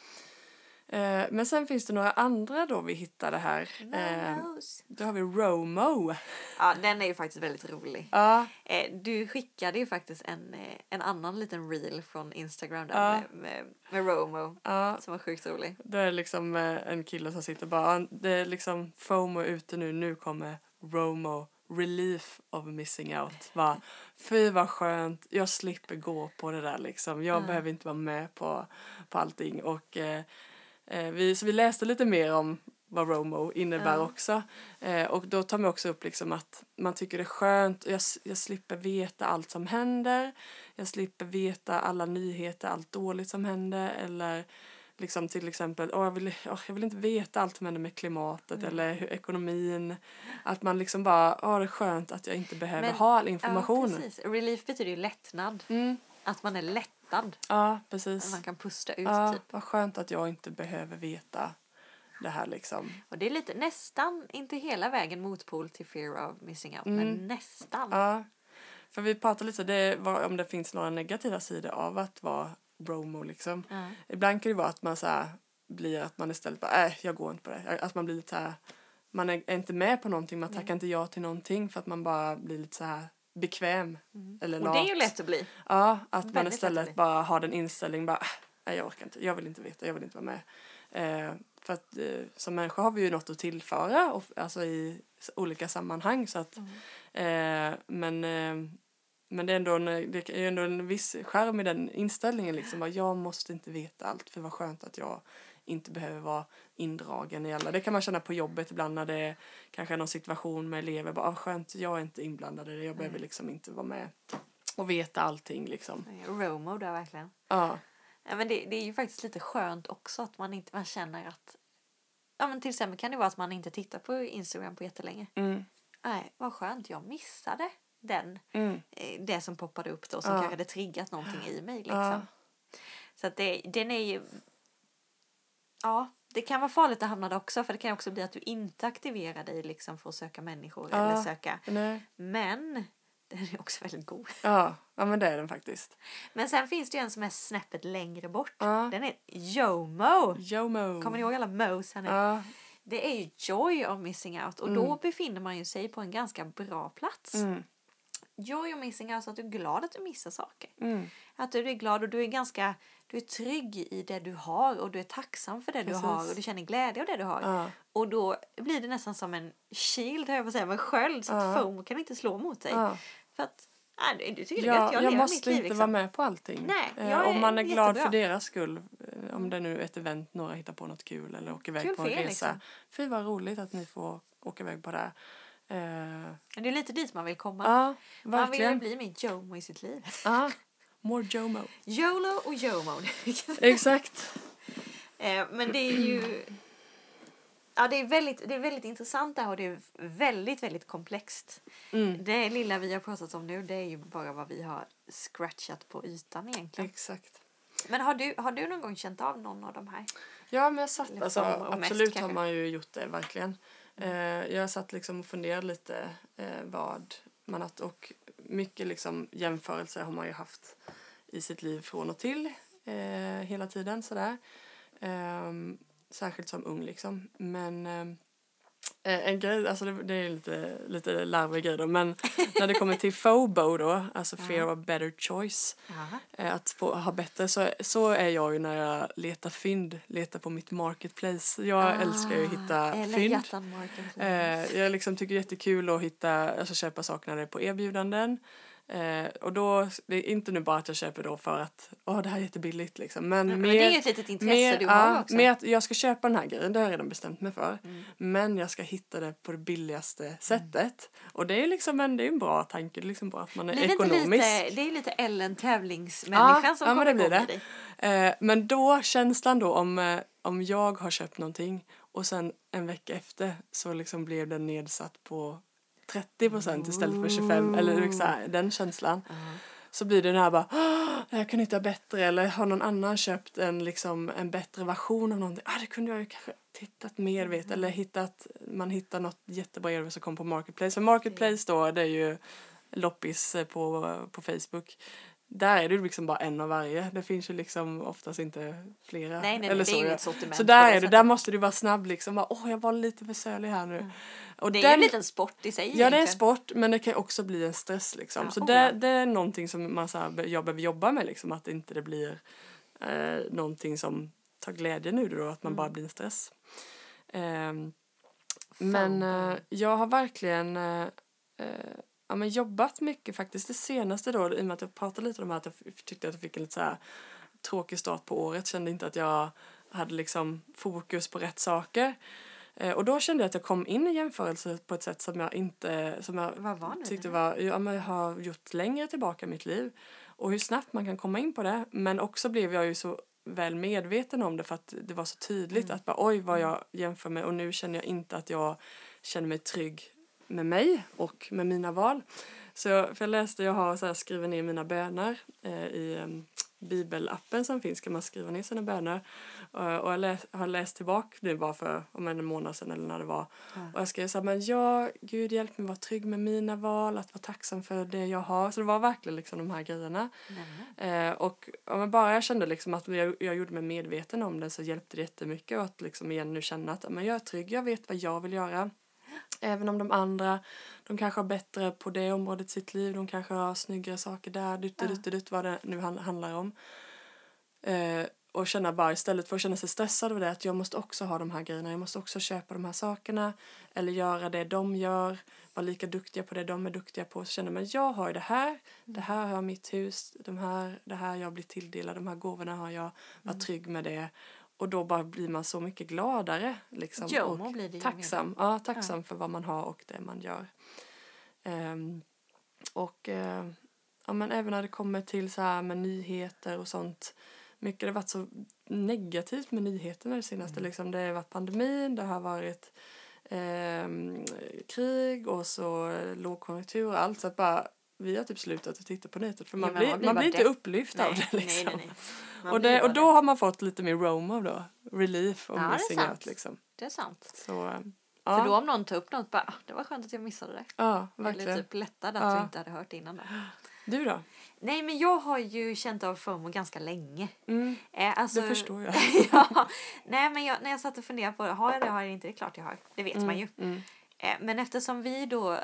Eh, men sen finns det några andra då vi hittade här. Eh, då har vi Romo. Ja, den är ju faktiskt väldigt rolig. Ja. Eh, du skickade ju faktiskt en, en annan liten reel från Instagram där ja. med, med, med Romo. Ja. Som var sjukt rolig. Det är liksom en kille som sitter bara, det är liksom FOMO ute nu, nu kommer Romo. Relief of missing out. Va? Fy vad skönt. Jag slipper gå på det där liksom. Jag mm. behöver inte vara med på, på allting. Och eh, vi, så vi läste lite mer om vad Romo innebär mm. också. Eh, och då tar man också upp liksom att man tycker det är skönt. Jag, jag slipper veta allt som händer. Jag slipper veta alla nyheter, allt dåligt som händer. Eller liksom till exempel, oh, jag, vill, oh, jag vill inte veta allt som händer med klimatet mm. eller hur ekonomin. Att man liksom bara, ja oh, det är skönt att jag inte behöver Men, ha all information. Ja, precis. Relief betyder ju lättnad. Mm. Att man är lättad. Ja, precis. Att man kan pusta ut ja, typ. Vad skönt att jag inte behöver veta det här liksom. Och det är lite nästan, inte hela vägen motpol till fear of missing out. Mm. Men nästan. Ja, för vi pratar lite det var, om det finns några negativa sidor av att vara Romo liksom. Mm. Ibland kan det vara att man så här blir att man istället bara, äh, jag går inte på det. Att man blir lite så här, man är inte med på någonting, man tackar mm. inte ja till någonting för att man bara blir lite så här bekväm. Mm. Eller och lat. det är ju lätt att bli. Ja, att Väldigt man istället bara har den inställningen bara, äh, jag orkar inte, jag vill inte veta, jag vill inte vara med. Eh, för att eh, som människa har vi ju något att tillföra och, alltså i olika sammanhang så att mm. eh, men eh, Men det är ändå en, det är ändå en viss skärm i den inställningen. Liksom. Att jag måste inte veta allt. För vad skönt att jag inte behöver vara indragen i alla. Det kan man känna på jobbet ibland när det är kanske är någon situation med elever. Bara, ah, skönt, jag är inte inblandad i det. Jag behöver mm. liksom inte vara med och veta allting. Liksom. Romo där verkligen. Ja. Ja men det, det är ju faktiskt lite skönt också att man inte man känner att... Ja men till exempel kan det vara att man inte tittar på Instagram på jättelänge. Mm. Nej, vad skönt. Jag missade den. Mm. Det som poppade upp då som ja. kanske hade triggat någonting i mig liksom. Ja. Så att det, den är ju... Ja, det kan vara farligt att hamna där också. För det kan också bli att du inte aktiverar dig liksom för att söka människor. Ja, eller söka. Nej. Men den är också väldigt god. Ja, ja, men det är den faktiskt. Men sen finns det ju en som är snäppet längre bort. Ja. Den är Jomo. Jomo. Kommer ni ihåg alla Mos här nu? Ja. Det är ju Joy of Missing Out. Och Mm. då befinner man ju sig på en ganska bra plats. Mm. Joy of Missing Out, så att du är glad att du missar saker. Mm. Att du är glad och du är ganska... Du är trygg i det du har. Och du är tacksam för det Precis. du har. Och du känner glädje av det du har. Ja. Och då blir det nästan som en shield, jag får säga, en sköld. Så att Ja. FOMO kan inte slå mot dig. Ja. För att... Nej, du tycker det är Ja, gött. Jag, jag lever måste mitt liv, inte liksom. vara med på allting. Nej, Eh, jag är om man är glad jättebra. för deras skull. eh, Om det nu är ett event, några hittar på något kul eller åker iväg Kul på en för er, resa. liksom. Fy vad roligt att ni får åka iväg på det. Eh, Men det är lite dit man vill komma. ja, Man vill ju verkligen. bli mer Jomo i sitt liv. Ja, more Jomo. YOLO och Jomo. Exakt. Eh, Men det är ju... Ja, det är väldigt, det är väldigt intressant det här och det är väldigt, väldigt komplext. Mm. Det lilla vi har pratat om nu, det är ju bara vad vi har scratchat på ytan egentligen. Exakt. Men har du, har du någon gång känt av någon av de här? Ja, men jag satt, Eller alltså, FOMO mest, absolut har kanske. man ju gjort det, verkligen. Eh, jag satt liksom och funderade lite eh, vad man har, och mycket liksom jämförelser har man ju haft i sitt liv från och till eh, hela tiden sådär. Eh, särskilt som ung liksom. Men eh, en grej, alltså det, det är lite, lite larvig grej då, men när det kommer till FOBO då, alltså fear of better choice, Jaha. eh, att få ha bättre, så, så är jag ju när jag letar fynd, letar på mitt marketplace. Jag älskar ju att hitta eller fynd. hjärtan marketplace. Eh, jag liksom tycker det är jättekul att hitta, alltså köpa saker när det är på erbjudanden. Eh, och då, det är inte nu bara att jag köper då för att, åh det här är jättebilligt liksom. Men, Men mer, det är ju ett litet intresse mer, du ja, har också. med att jag ska köpa den här grejen, det har jag redan bestämt mig för. Mm. Men jag ska hitta det på det billigaste sättet. Och det är liksom en, det är en bra tanke, det är liksom bra att man är Blir det inte ekonomisk. lite, det är lite Ellen tävlingsmänniskan Ja, som ja, men kommer det blir igång det. i dig. Eh, men då, känslan då om, eh, om jag har köpt någonting och sen en vecka efter så liksom blev den nedsatt på trettio procent istället för tjugofem, eller liksom så här, den känslan. Ja. Så blir det den här bara, "Åh, jag kan hitta bättre, eller har någon annan köpt en, liksom, en bättre version av någonting. Ah, det kunde jag ju kanske tittat mer, vet, Mm. eller hittat, man hittar något jättebra erbjudande som kommer på Marketplace. För Marketplace då, det är ju loppis på, på Facebook. Där är det liksom bara en av varje. Det finns ju liksom oftast inte flera. Nej, nej, eller nej, det så, är ju ja. inget sortiment. Så på där det är du, sättet. där måste du vara snabb liksom. Bara, åh, jag var lite för sölig här nu. Mm. Och Det är den, ju en liten sport i sig ja, det är en egentligen. sport, men det kan också bli en stress liksom. Ja, så oh, det, ja. det är någonting som man så här, jag behöver jobba med liksom, att inte det blir eh, någonting som tar glädje nu då, att man Mm. bara blir en stress. Ehm, men eh, jag har verkligen eh, eh, ja, men jobbat mycket faktiskt det senaste då, i och med att jag pratade lite om att jag f- tyckte att jag fick en lite så här tråkig start på året, kände inte att jag hade liksom fokus på rätt saker. Eh, och då kände jag att jag kom in i jämförelse på ett sätt som jag inte, som jag Vad var nu tyckte det? var, ja, men jag har gjort längre tillbaka i mitt liv. Och hur snabbt man kan komma in på det. Men också blev jag ju så väl medveten om det för att det var så tydligt Mm. att bara, oj vad jag jämför med, och nu känner jag inte att jag känner mig trygg med mig och med mina val. Så jag, för jag läste, jag har så här skrivit ner mina böner eh, i um, bibelappen som finns, kan man skriva ner sina böner. Uh, och jag läs, har läst tillbaka nu bara för om en månad sedan eller när det var. Ja. Och jag skrev så här, men ja, Gud hjälp mig vara trygg med mina val, att vara tacksam för det jag har. Så det var verkligen liksom de här grejerna. Nämen. Eh, och ja, men bara jag kände liksom att jag, jag gjorde mig medveten om det, så hjälpte det jättemycket. Och att liksom igen nu känna att ja, men jag är trygg, jag vet vad jag vill göra. Även om de andra, de kanske har bättre på det området i sitt liv. De kanske har snyggare saker där, dutt, Ja. dutt, dutt, vad det nu han- handlar om. Eh, och känna bara, istället för att känna sig stressad över det, att jag måste också ha de här grejerna. Jag måste också köpa de här sakerna. Eller göra det de gör. Vara lika duktiga på det de är duktiga på. Så känner man, jag har ju det här. Det här har jag mitt hus. De här, det här jag blir tilldelad. De här gåvorna har jag. Var Mm. trygg med det. Och då bara blir man så mycket gladare. Liksom, Jomo och blir det ju tacksam. Ja, tacksam för vad man har och det man gör. Ehm, och eh, ja, men även när det kommer till så här med nyheter och sånt. Mycket det har varit så negativt med nyheterna det senaste. Mm. Liksom, det har varit pandemin, det har varit eh, krig och så lågkonjunktur och allt. Så att bara, vi har typ slutat att titta på nätet. För Ja, man, men blir, man blir man bara blir inte depp. upplyft Nej, av det liksom. nej, nej, nej. Man Och, blir det, bara och då har man fått lite mer Roma då. Relief och Ja, det är missing sant. out liksom. Det är sant. Så, eh, För ja. då om någon tar upp något, bara, "Ah, det var skönt att jag missade det. Ja, verkligen. Eller typ lättad att Ja. du inte hade hört innan det. Du då? Nej, men jag har ju känt av FOMO ganska länge. Mm, Eh, alltså, det förstår jag. ja, nej, men jag, när jag satt och funderade på det, har jag det, har jag inte, det är klart jag har. Det vet Mm, man ju. mm, Eh, men eftersom vi då,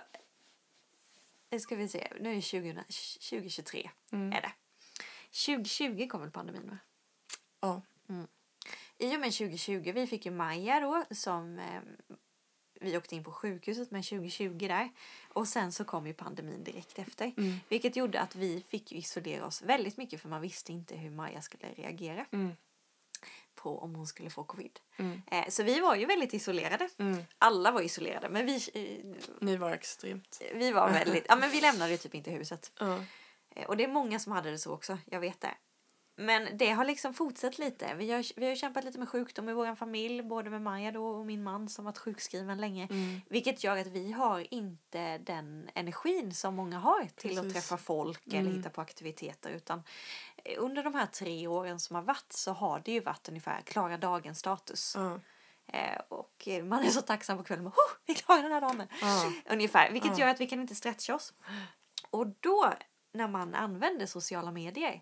det ska vi se, nu är det tjugo, tjugohundratjugotre mm. är det. tjugohundratjugo kom väl pandemin va? Ja. Mm. I och med tjugohundratjugo, vi fick ju Maja då som eh, vi åkte in på sjukhuset med tjugohundratjugo där. Och sen så kom ju pandemin direkt efter. Mm. Vilket gjorde att vi fick ju isolera oss väldigt mycket för man visste inte hur Maja skulle reagera Mm. på om hon skulle få covid. Mm. Eh, så vi var ju väldigt isolerade. Mm. Alla var isolerade men vi, eh, Ni var extremt. vi var väldigt, ja men vi lämnade ju typ inte huset. Ja. Eh, och det är många som hade det så också, jag vet det. Men det har liksom fortsatt lite. Vi har, vi har kämpat lite med sjukdom i vår familj. Både med Maja då och min man som varit sjukskriven länge. Mm. Vilket gör att vi har inte den energin som många har till Precis. att träffa folk eller Mm. hitta på aktiviteter. Utan under de här tre åren som har varit så har det ju varit ungefär klara dagens status. Ja. Eh, och man är så tacksam på kvällen. Oh, vi klarar den här dagen. Ja. Ungefär. Vilket Ja. gör att vi kan inte stretcha oss. Och då när man använder sociala medier.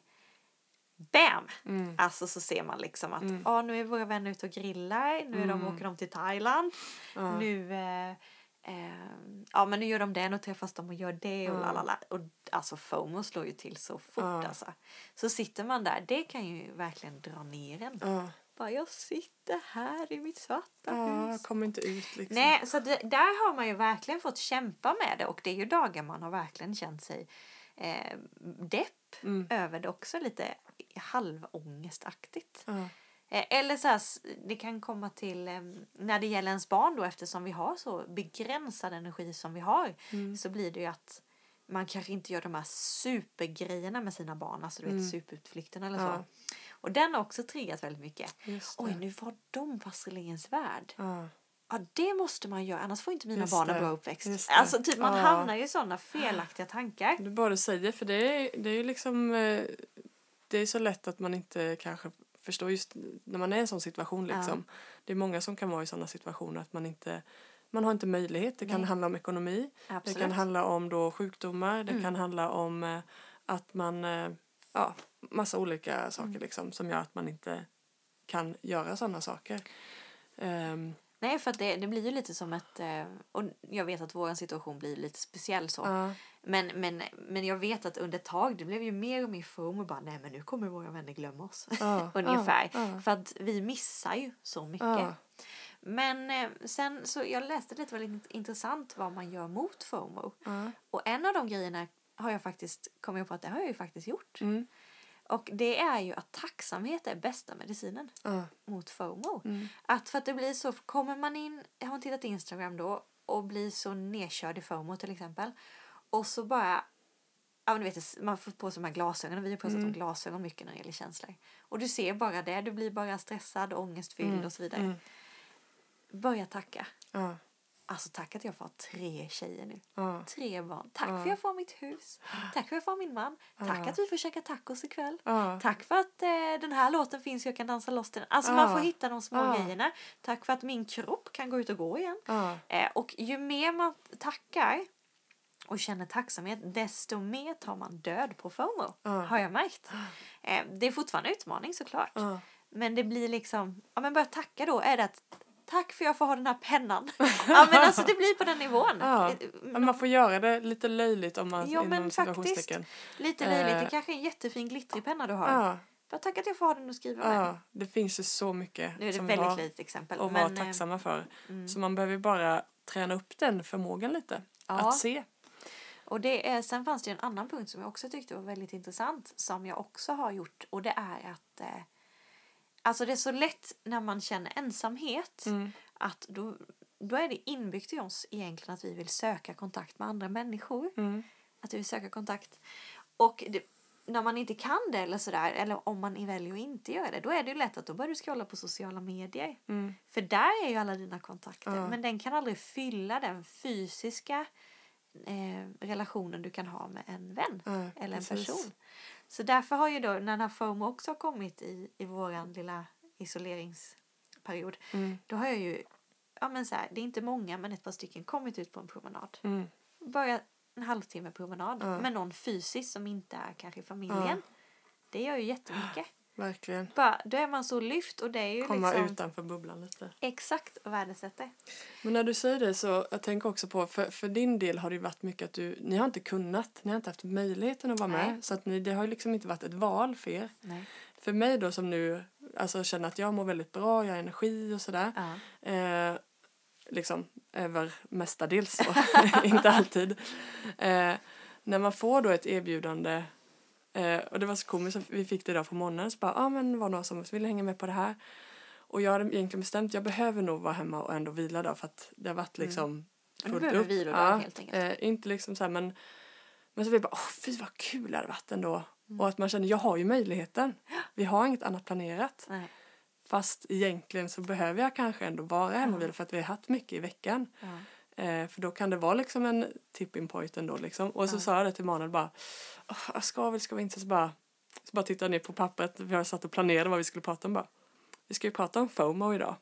Bam! Mm. Alltså så ser man liksom att Mm. ah, nu är våra vänner ute och grillar. Nu är de, Mm. åker de till Thailand. Ja. Nu, eh, eh, ja, men nu gör de det. Nu träffas de och gör det. Och, Ja. lalala. Och alltså FOMO slår ju till så fort. Ja. Alltså. Så sitter man där. Det kan ju verkligen dra ner en. Ja. Bara jag sitter här i mitt svarta Ja, hus. jag kommer inte ut liksom. Nej, så det, där har man ju verkligen fått kämpa med det. Och det är ju dagar man har verkligen känt sig eh, depp Mm. över det också. Lite halvångestaktigt. Ja. Eh, eller så här, s- det kan komma till eh, när det gäller ens barn då. Eftersom vi har så begränsad energi som vi har. Mm. Så blir det ju att man kanske inte gör de här supergrejerna med sina barn. Alltså du vet Mm. superutflykten eller Ja. så. Och den har också triggat väldigt mycket. Just det. Oj, nu var de på Astrid Lindgrens Värld. Ja. Ja, det måste man göra. Annars får inte mina Just barn en det. bra uppväxt. Just det. Alltså typ man Ja. hamnar ju i sådana felaktiga tankar. Du bara säger, för det är, det är ju liksom, eh, det är så lätt att man inte kanske förstår just när man är i en sån situation liksom. Det är många som kan vara i sådana situationer att man inte, man har inte möjlighet. Det kan Nej. handla om ekonomi, Absolut. det kan handla om då sjukdomar, det Mm. kan handla om eh, att man, eh, ja, massa olika saker Mm. liksom som gör att man inte kan göra sådana saker. Ehm, Nej, för att det, det blir ju lite som ett... eh, Och jag vet att vår situation blir lite speciell så. ja, Men, men, men jag vet att under ett tag det blev ju mer och mer FOMO. Bara, nej men nu kommer våra vänner glömma oss. ja, Ungefär. ja, ja. För att vi missar ju så mycket. Ja. Men eh, sen så jag läste lite väldigt intressant vad man gör mot FOMO. Ja. Och en av de grejerna har jag faktiskt kommit på att det har jag ju faktiskt gjort. Mm. Och det är ju att tacksamhet är bästa medicinen Ja. mot FOMO. Mm. Att för att det blir så, kommer man in, har man tittat Instagram då och blir så nedkörd i FOMO till exempel. Och så bara, ja men du vet, man får på sig de här glasögonen. Vi har pratat Mm. om glasögon mycket när det gäller känslor. Och du ser bara det, du blir bara stressad, ångestfylld Mm. och så vidare. Mm. Börja tacka. Ja. Alltså tack att jag får tre tjejer nu. Ja. Tre barn. Tack Ja. för att jag får mitt hus. Tack för att jag får min man. Tack Ja. att vi får käka tacos ikväll. Ja. Tack för att eh, den här låten finns och jag kan dansa loss den. Alltså Ja. man får hitta de små Ja. grejerna. Tack för att min kropp kan gå ut och gå igen. Ja. Eh, och ju mer man tackar och känner tacksamhet, desto mer tar man död på FOMO. Ja. Har jag märkt. Eh, det är fortfarande en utmaning såklart. Ja. Men det blir liksom, ja men börja tacka då. Är det att tack för jag får ha den här pennan. Ja men alltså det blir på den nivån. Ja. Eh, Men man får göra det lite löjligt om man, Ja, men inom situationstecken. Lite löjligt. Det Eh. kanske är en jättefin glittrig penna du har. Ja. Bara tack att jag får ha den och skriva med. Ja. Det finns ju så mycket Nu är det som väldigt var, litet exempel. att men, vara eh, tacksamma för. mm. Så man behöver bara träna upp den förmågan lite. Ja. Att se. Och det är, sen fanns det ju en annan punkt som jag också tyckte var väldigt intressant. Som jag också har gjort. Och det är att eh, alltså det är så lätt när man känner ensamhet. Mm. Att då, då är det inbyggt i oss egentligen att vi vill söka kontakt med andra människor. Mm. Att vi vill söka kontakt. Och det, när man inte kan det eller sådär. Eller om man väljer att inte göra det. Då är det ju lätt att då börjar du scrolla på sociala medier. Mm. För där är ju alla dina kontakter. Ja. Men den kan aldrig fylla den fysiska eh, relationen du kan ha med en vän Ja, eller en precis. person. Så därför har ju då, när den här FOMO också har kommit i, i våran lilla isoleringsperiod, Mm. då har jag ju, ja men så här, det är inte många men ett par stycken kommit ut på en promenad. Mm. Bara en halvtimme promenad Ja. med någon fysiskt som inte är kanske i familjen. Ja. Det gör ju jättemycket. Verkligen. Bara, då är man så lyft och det är ju Komma liksom utanför bubblan lite. exakt och värdesätter. Men när du säger det så jag tänker också på, för, för din del har det ju varit mycket att du, ni har inte kunnat, ni har inte haft möjligheten att vara Nej. med. Så att ni, det har ju liksom inte varit ett val för er. Nej. För mig då som nu, alltså känner att jag mår väldigt bra, jag har energi och sådär. Ja. Eh, liksom över mestadels så, inte alltid. Eh, när man får då ett erbjudande, eh, och det var så komiskt, vi fick det idag på morgonen, så bara, ja ah, men var någon som ville hänga med på det här. Och jag hade egentligen bestämt, jag behöver nog vara hemma och ändå vila då, för att det har varit liksom Mm. fullt Du behöver upp. vilodag Ja, helt enkelt. eh, inte liksom så här, men, men så vi bara, åh fy vad kul det hade varit ändå. Mm. Och att man känner, jag har ju möjligheten. Vi har inget annat planerat. Nej. Fast egentligen så behöver jag kanske ändå vara hemma och vila för att vi har haft mycket i veckan. Ja. Eh, för då kan det vara liksom en tipping point ändå liksom. Och så Ja. sa jag det till Manuel bara, oh, jag ska väl, ska vi inte, så bara, så bara tittade ner på pappret. Vi har satt och planerat vad vi skulle prata om bara. Vi ska ju prata om FOMO idag.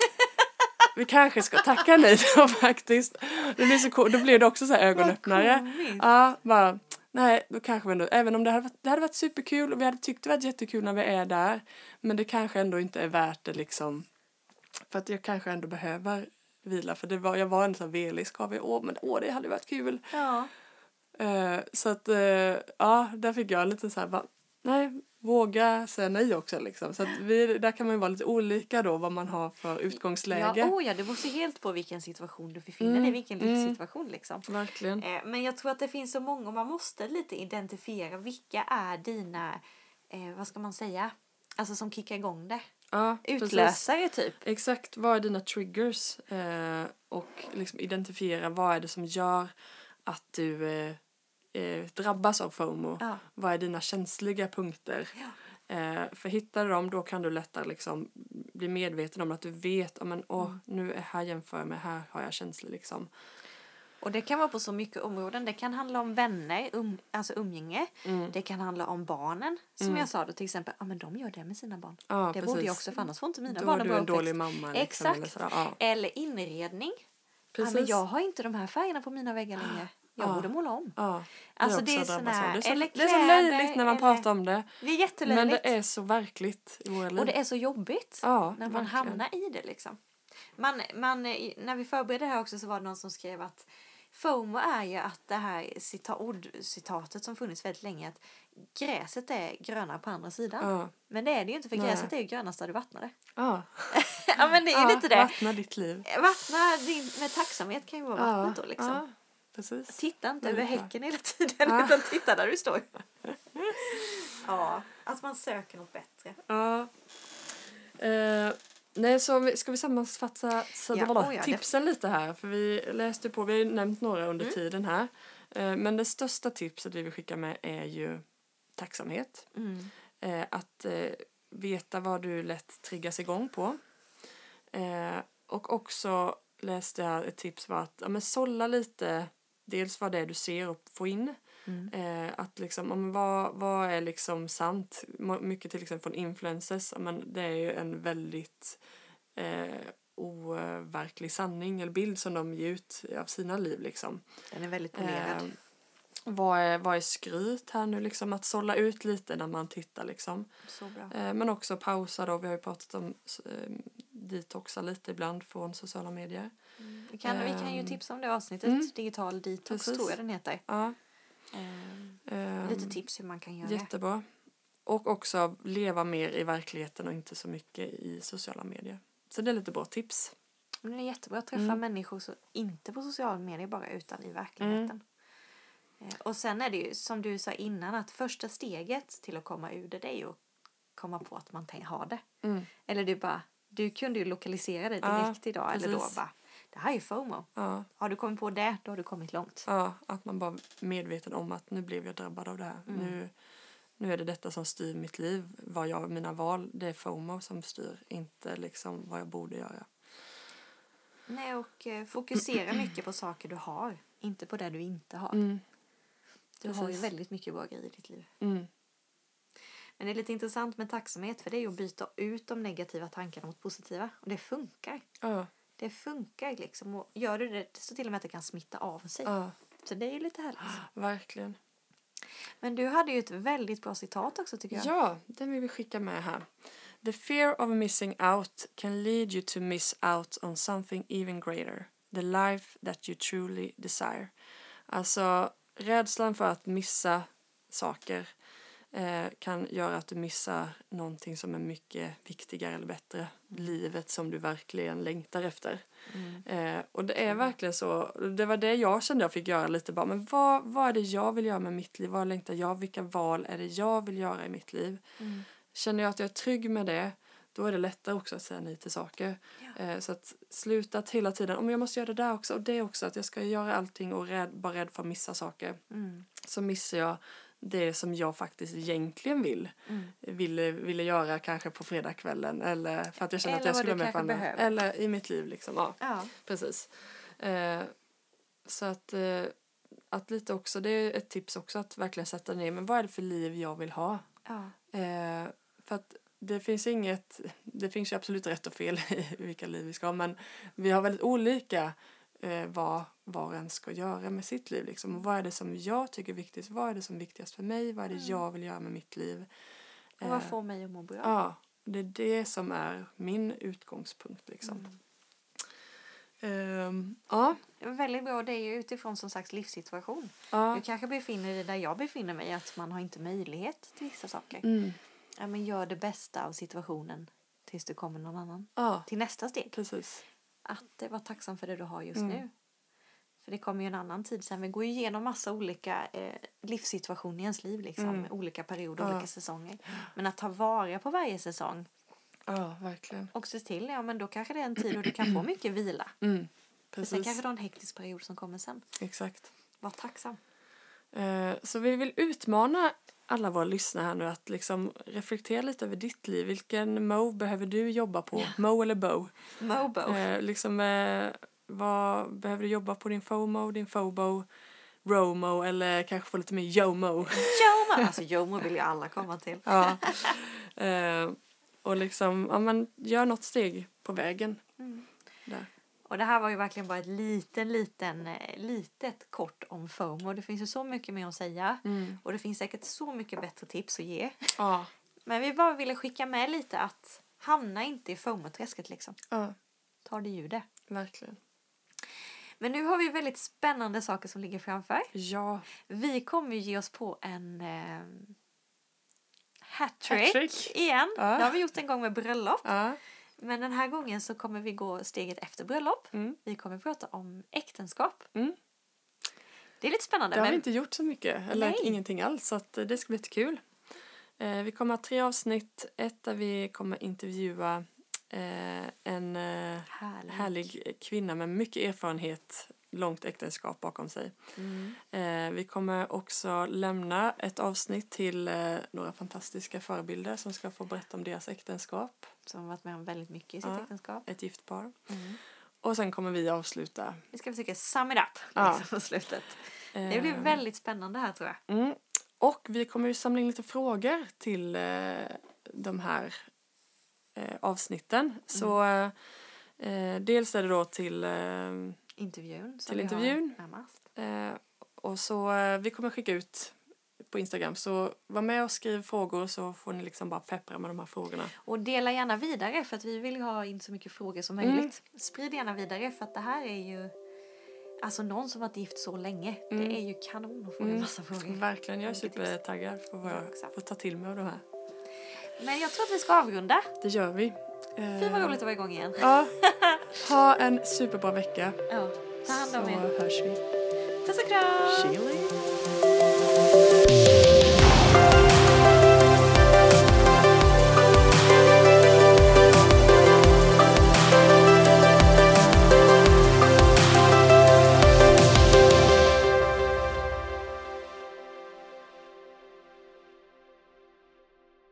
Vi kanske ska tacka nej då faktiskt. Det blir så cool. Då blir det också så här ögonöppnare. Ja, bara, nej, då kanske vi ändå, även om det hade varit, det hade varit superkul och vi hade tyckt det var jättekul när vi är där. Men det kanske ändå inte är värt det liksom. För att jag kanske ändå behöver vila. För det var, jag var en sån här velig, ska vi, åh, men åh, det hade varit kul. Ja. Uh, så att, uh, ja, där fick jag lite så här, bara, nej, våga säga nej också liksom. Så att vi, där kan man ju vara lite olika då, vad man har för utgångsläge. Ja, oh ja, det beror sig helt på vilken situation du befinner dig i, Mm, vilken mm. livssituation liksom. Verkligen. Eh, men jag tror att det finns så många, och man måste lite identifiera vilka är dina, eh, vad ska man säga, alltså som kickar igång det. Ja, Utlösare typ. Exakt, vad är dina triggers? Eh, och liksom identifiera vad är det som gör att du eh, eh, drabbas av FOMO. Ja. Vad är dina känsliga punkter? Ja. Eh, för hittar du dem, då kan du lättare liksom bli medveten om att du vet, oh, men, åh, Mm. nu är här jämför jag med, här har jag känslor liksom. Och det kan vara på så mycket områden. Det kan handla om vänner, um, alltså umgänge. Mm. Det kan handla om barnen. Som Mm. jag sa då till exempel, ja men de gör det med sina barn. Ja, det precis. borde jag också, för annars får inte mina då barn är en du bra en dålig uppväxt. mamma. Liksom, Exakt. Eller, sådär. Ja. Eller inredning. Precis. Ja, men jag har inte de här färgerna på mina väggar längre. Jag Ja. borde måla om. Ja, Alltså jag det är också sån drabbas av här, det. Det är så, eller det är så kläder, löjligt när man eller- pratar om det. Det är jättelöjligt. Men det är så verkligt i våra liv. Och det är så jobbigt Ja, när man verkligen. hamnar i det liksom. Man, man, när vi förberedde det här också så var det någon som skrev att FOMO är ju att det här cita- ordcitatet som funnits väldigt länge, att gräset är grönare på andra sidan. Ja. Men det är det ju inte, för Nej. gräset är ju grönast där du vattnar det. Ja. Ja men det är ju Ja, lite det. vattna ditt liv. Vattna din, med tacksamhet kan ju vara vattnet då liksom. Ja, precis. Titta inte Väldigt över bra. häcken hela tiden Ja. utan titta där du står. Ja, att man söker något bättre. Ja. Eh, nej, så vi, ska vi sammanfatta så Ja, det var oh ja, tipsen lite här. För vi läste på, vi har ju nämnt några under Mm. tiden här. Eh, men det största tipset vi vill skicka med är ju tacksamhet. Mm. Eh, att eh, veta vad du lätt triggas igång på. Eh, och också läste jag ett tips var att ja, men sålla lite dels vad det är du ser och får in. Mm. Eh, att liksom, ja, men vad, vad är liksom sant? Må- Mycket till exempel från influencers. Ja, men det är ju en väldigt eh, overklig sanning eller bild som de ger ut av sina liv liksom. Den är väldigt polerad. Eh, vad, är, vad är skryt här nu liksom? Att sålla ut lite när man tittar liksom. Så bra. Eh, men också pausa då. Vi har ju pratat om eh, detoxa lite ibland från sociala medier. Mm. Vi, kan, vi kan ju Ehm, tipsa om det avsnittet. mm. Digital detox Precis. tror jag den heter. Ja. Ehm, ehm, lite tips hur man kan göra. Jättebra. Och också leva mer i verkligheten och inte så mycket i sociala medier. Så det är lite bra tips. Men det är jättebra att träffa Mm. människor så, inte på sociala medier bara utan i verkligheten. Eh, Och sen är det ju som du sa innan att första steget till att komma ur det, det är ju att komma på att man tänker ha det. Mm. Eller du bara, du kunde ju lokalisera det Ja, direkt idag eller då precis. bara, det här är ju FOMO. Ja, Har du kommit på det, då har du kommit långt. ja, att man bara är medveten om att nu blev jag drabbad av det här. Mm. Nu, nu är det detta som styr mitt liv. Vad jag, mina val, det är FOMO som styr. Inte liksom vad jag borde göra. Nej, och eh, fokusera mycket på saker du har. Inte på det du inte har. Mm. Du har ju väldigt mycket bra grejer i ditt liv. Mm. Men det är lite intressant med tacksamhet. För det är ju att byta ut de negativa tankarna mot positiva. Och det funkar. Ja. Det funkar liksom. Och gör du det så till och med att det kan smitta av sig. Ja. Så det är ju lite härligt. Verkligen. Men du hade ju ett väldigt bra citat också tycker jag. Ja, den vill vi skicka med här. The fear of missing out can lead you to miss out on something even greater. The life that you truly desire. Alltså, rädslan för att missa saker eh, kan göra att du missar någonting som är mycket viktigare eller bättre. Livet som du verkligen längtar efter. Mm. Eh, och det är verkligen så. Det var det jag kände jag fick göra lite bara. Men vad, vad är det jag vill göra med mitt liv? Vad längtar jag? Vilka val är det jag vill göra i mitt liv? Mm. Känner jag att jag är trygg med det, då är det lättare också att säga nej till saker. Ja. Eh, så att sluta att hela tiden, om jag måste göra det där också och det också, att jag ska göra allting och rädd, bara rädd för att missa saker. Mm. Så missar jag det som jag faktiskt egentligen vill. Mm. Ville, ville göra kanske på fredagskvällen eller för att jag känner Eller att jag skulle vad du med på kanske andra. behöver. Eller i mitt liv liksom, ja. Ja. Precis. Eh, så att, eh, att lite också, det är ett tips också att verkligen sätta ner, men vad är det för liv jag vill ha? Ja. Eh, för att det finns inget, det finns ju absolut rätt och fel i vilka liv vi ska ha, men vi har väldigt olika eh, vad var och en ska göra med sitt liv liksom. Och vad är det som jag tycker är viktigt? Vad är det som är viktigast för mig? Vad är det Mm. jag vill göra med mitt liv? Och vad får mig att må bra? Ja, det är det som är min utgångspunkt liksom. Mm. Um, ja. Väldigt bra, det är ju utifrån som sagt livssituation. Ja. Du kanske befinner dig där jag befinner mig, att man har inte möjlighet till vissa saker. Mm. Ja, men gör det bästa av situationen tills du kommer någon annan. Ja, Till nästa steg. precis. Att var tacksam för det du har just Mm. nu. För det kommer ju en annan tid sen. Vi går ju igenom massa olika eh, livssituationer i ens liv. Liksom. Mm. Olika perioder, Ja. olika säsonger. Men att ta vara på varje säsong. Ja, verkligen. Och se till, ja men då kanske det är en tid då du kan få mycket vila. Mm. För Precis. sen kanske du har en hektisk period som kommer sen. Exakt. Var tacksam. Eh, så vi vill utmana alla våra lyssnare här nu att liksom reflektera lite över ditt liv. Vilken Mo behöver du jobba på? Ja. Mo eller Bo? Mobo. Eh, liksom, eh, vad behöver du jobba på? Din FOMO, din FOBO, ROMO eller kanske få lite mer JOMO? Jomo! Alltså Jomo vill ju alla komma till. Ja. Eh, och liksom, ja men gör något steg på vägen. Mm. Där. Och det här var ju verkligen bara ett liten, liten, eh, litet kort om FOMO. Det finns ju så mycket mer att säga. Mm. Och det finns säkert så mycket bättre tips att ge. Ja. Men vi bara ville skicka med lite att hamna inte i FOMO-träsket liksom. Ja, Ta det ju det. verkligen. Men nu har vi väldigt spännande saker som ligger framför. Ja. Vi kommer ju ge oss på en eh, hattrick, Hattrick. igen. Ja. Det har vi gjort en gång med bröllop. Ja. Men den här gången så kommer vi gå steget efter bröllop. Mm. Vi kommer prata om äktenskap. Mm. Det är lite spännande. Det har men... vi inte gjort så mycket, eller Nej. ingenting alls, så att det ska bli lite kul. Eh, vi kommer ha tre avsnitt. Ett där vi kommer intervjua eh, en eh, Härlig. härlig kvinna med mycket erfarenhet, långt äktenskap bakom sig. Mm. Eh, vi kommer också lämna ett avsnitt till eh, några fantastiska förebilder som ska få berätta om deras äktenskap. Som har varit med om väldigt mycket i sitt Ja. äktenskap. Ett gift par. Mm. Och sen kommer vi avsluta. Vi ska försöka sum it up Ja. liksom, på slutet. Det blir Eh, väldigt spännande här tror jag. Mm. Och vi kommer ju samla in lite frågor till eh, de här eh, avsnitten. Mm. Så eh, dels är det då till, eh, Intervjun. Som till vi intervjun. har närmast. Eh, och så eh, vi kommer skicka ut på Instagram. Så var med och skriv frågor så får ni liksom bara peppra med de här frågorna. Och dela gärna vidare för att vi vill ha in så mycket frågor som Mm. möjligt. Sprid gärna vidare för att det här är ju... Alltså någon som varit gift så länge. Mm. Det är ju kanon att få en Mm. massa frågor. Verkligen, jag är Mycket supertaggad för vad Jag jag också. får ta till mig av de här. Men jag tror att vi ska avrunda. Det gör vi. Fy vad roligt att vara igång igen. Ja, ha en superbra vecka. Ja, ta hand Så om er. hörs vi. Puss och kram! Chili.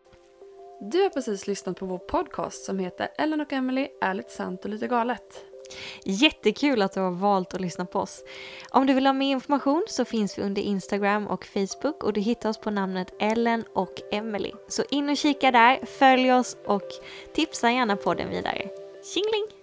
Du har precis lyssnat på vår podcast som heter Ellen och Emily, ärligt sant och lite galet. Jättekul att du har valt att lyssna på oss. Om du vill ha mer information så finns vi under Instagram och Facebook och du hittar oss på namnet Ellen och Emily. Så in och kika där, följ oss och tipsa gärna på den vidare. Tjingling!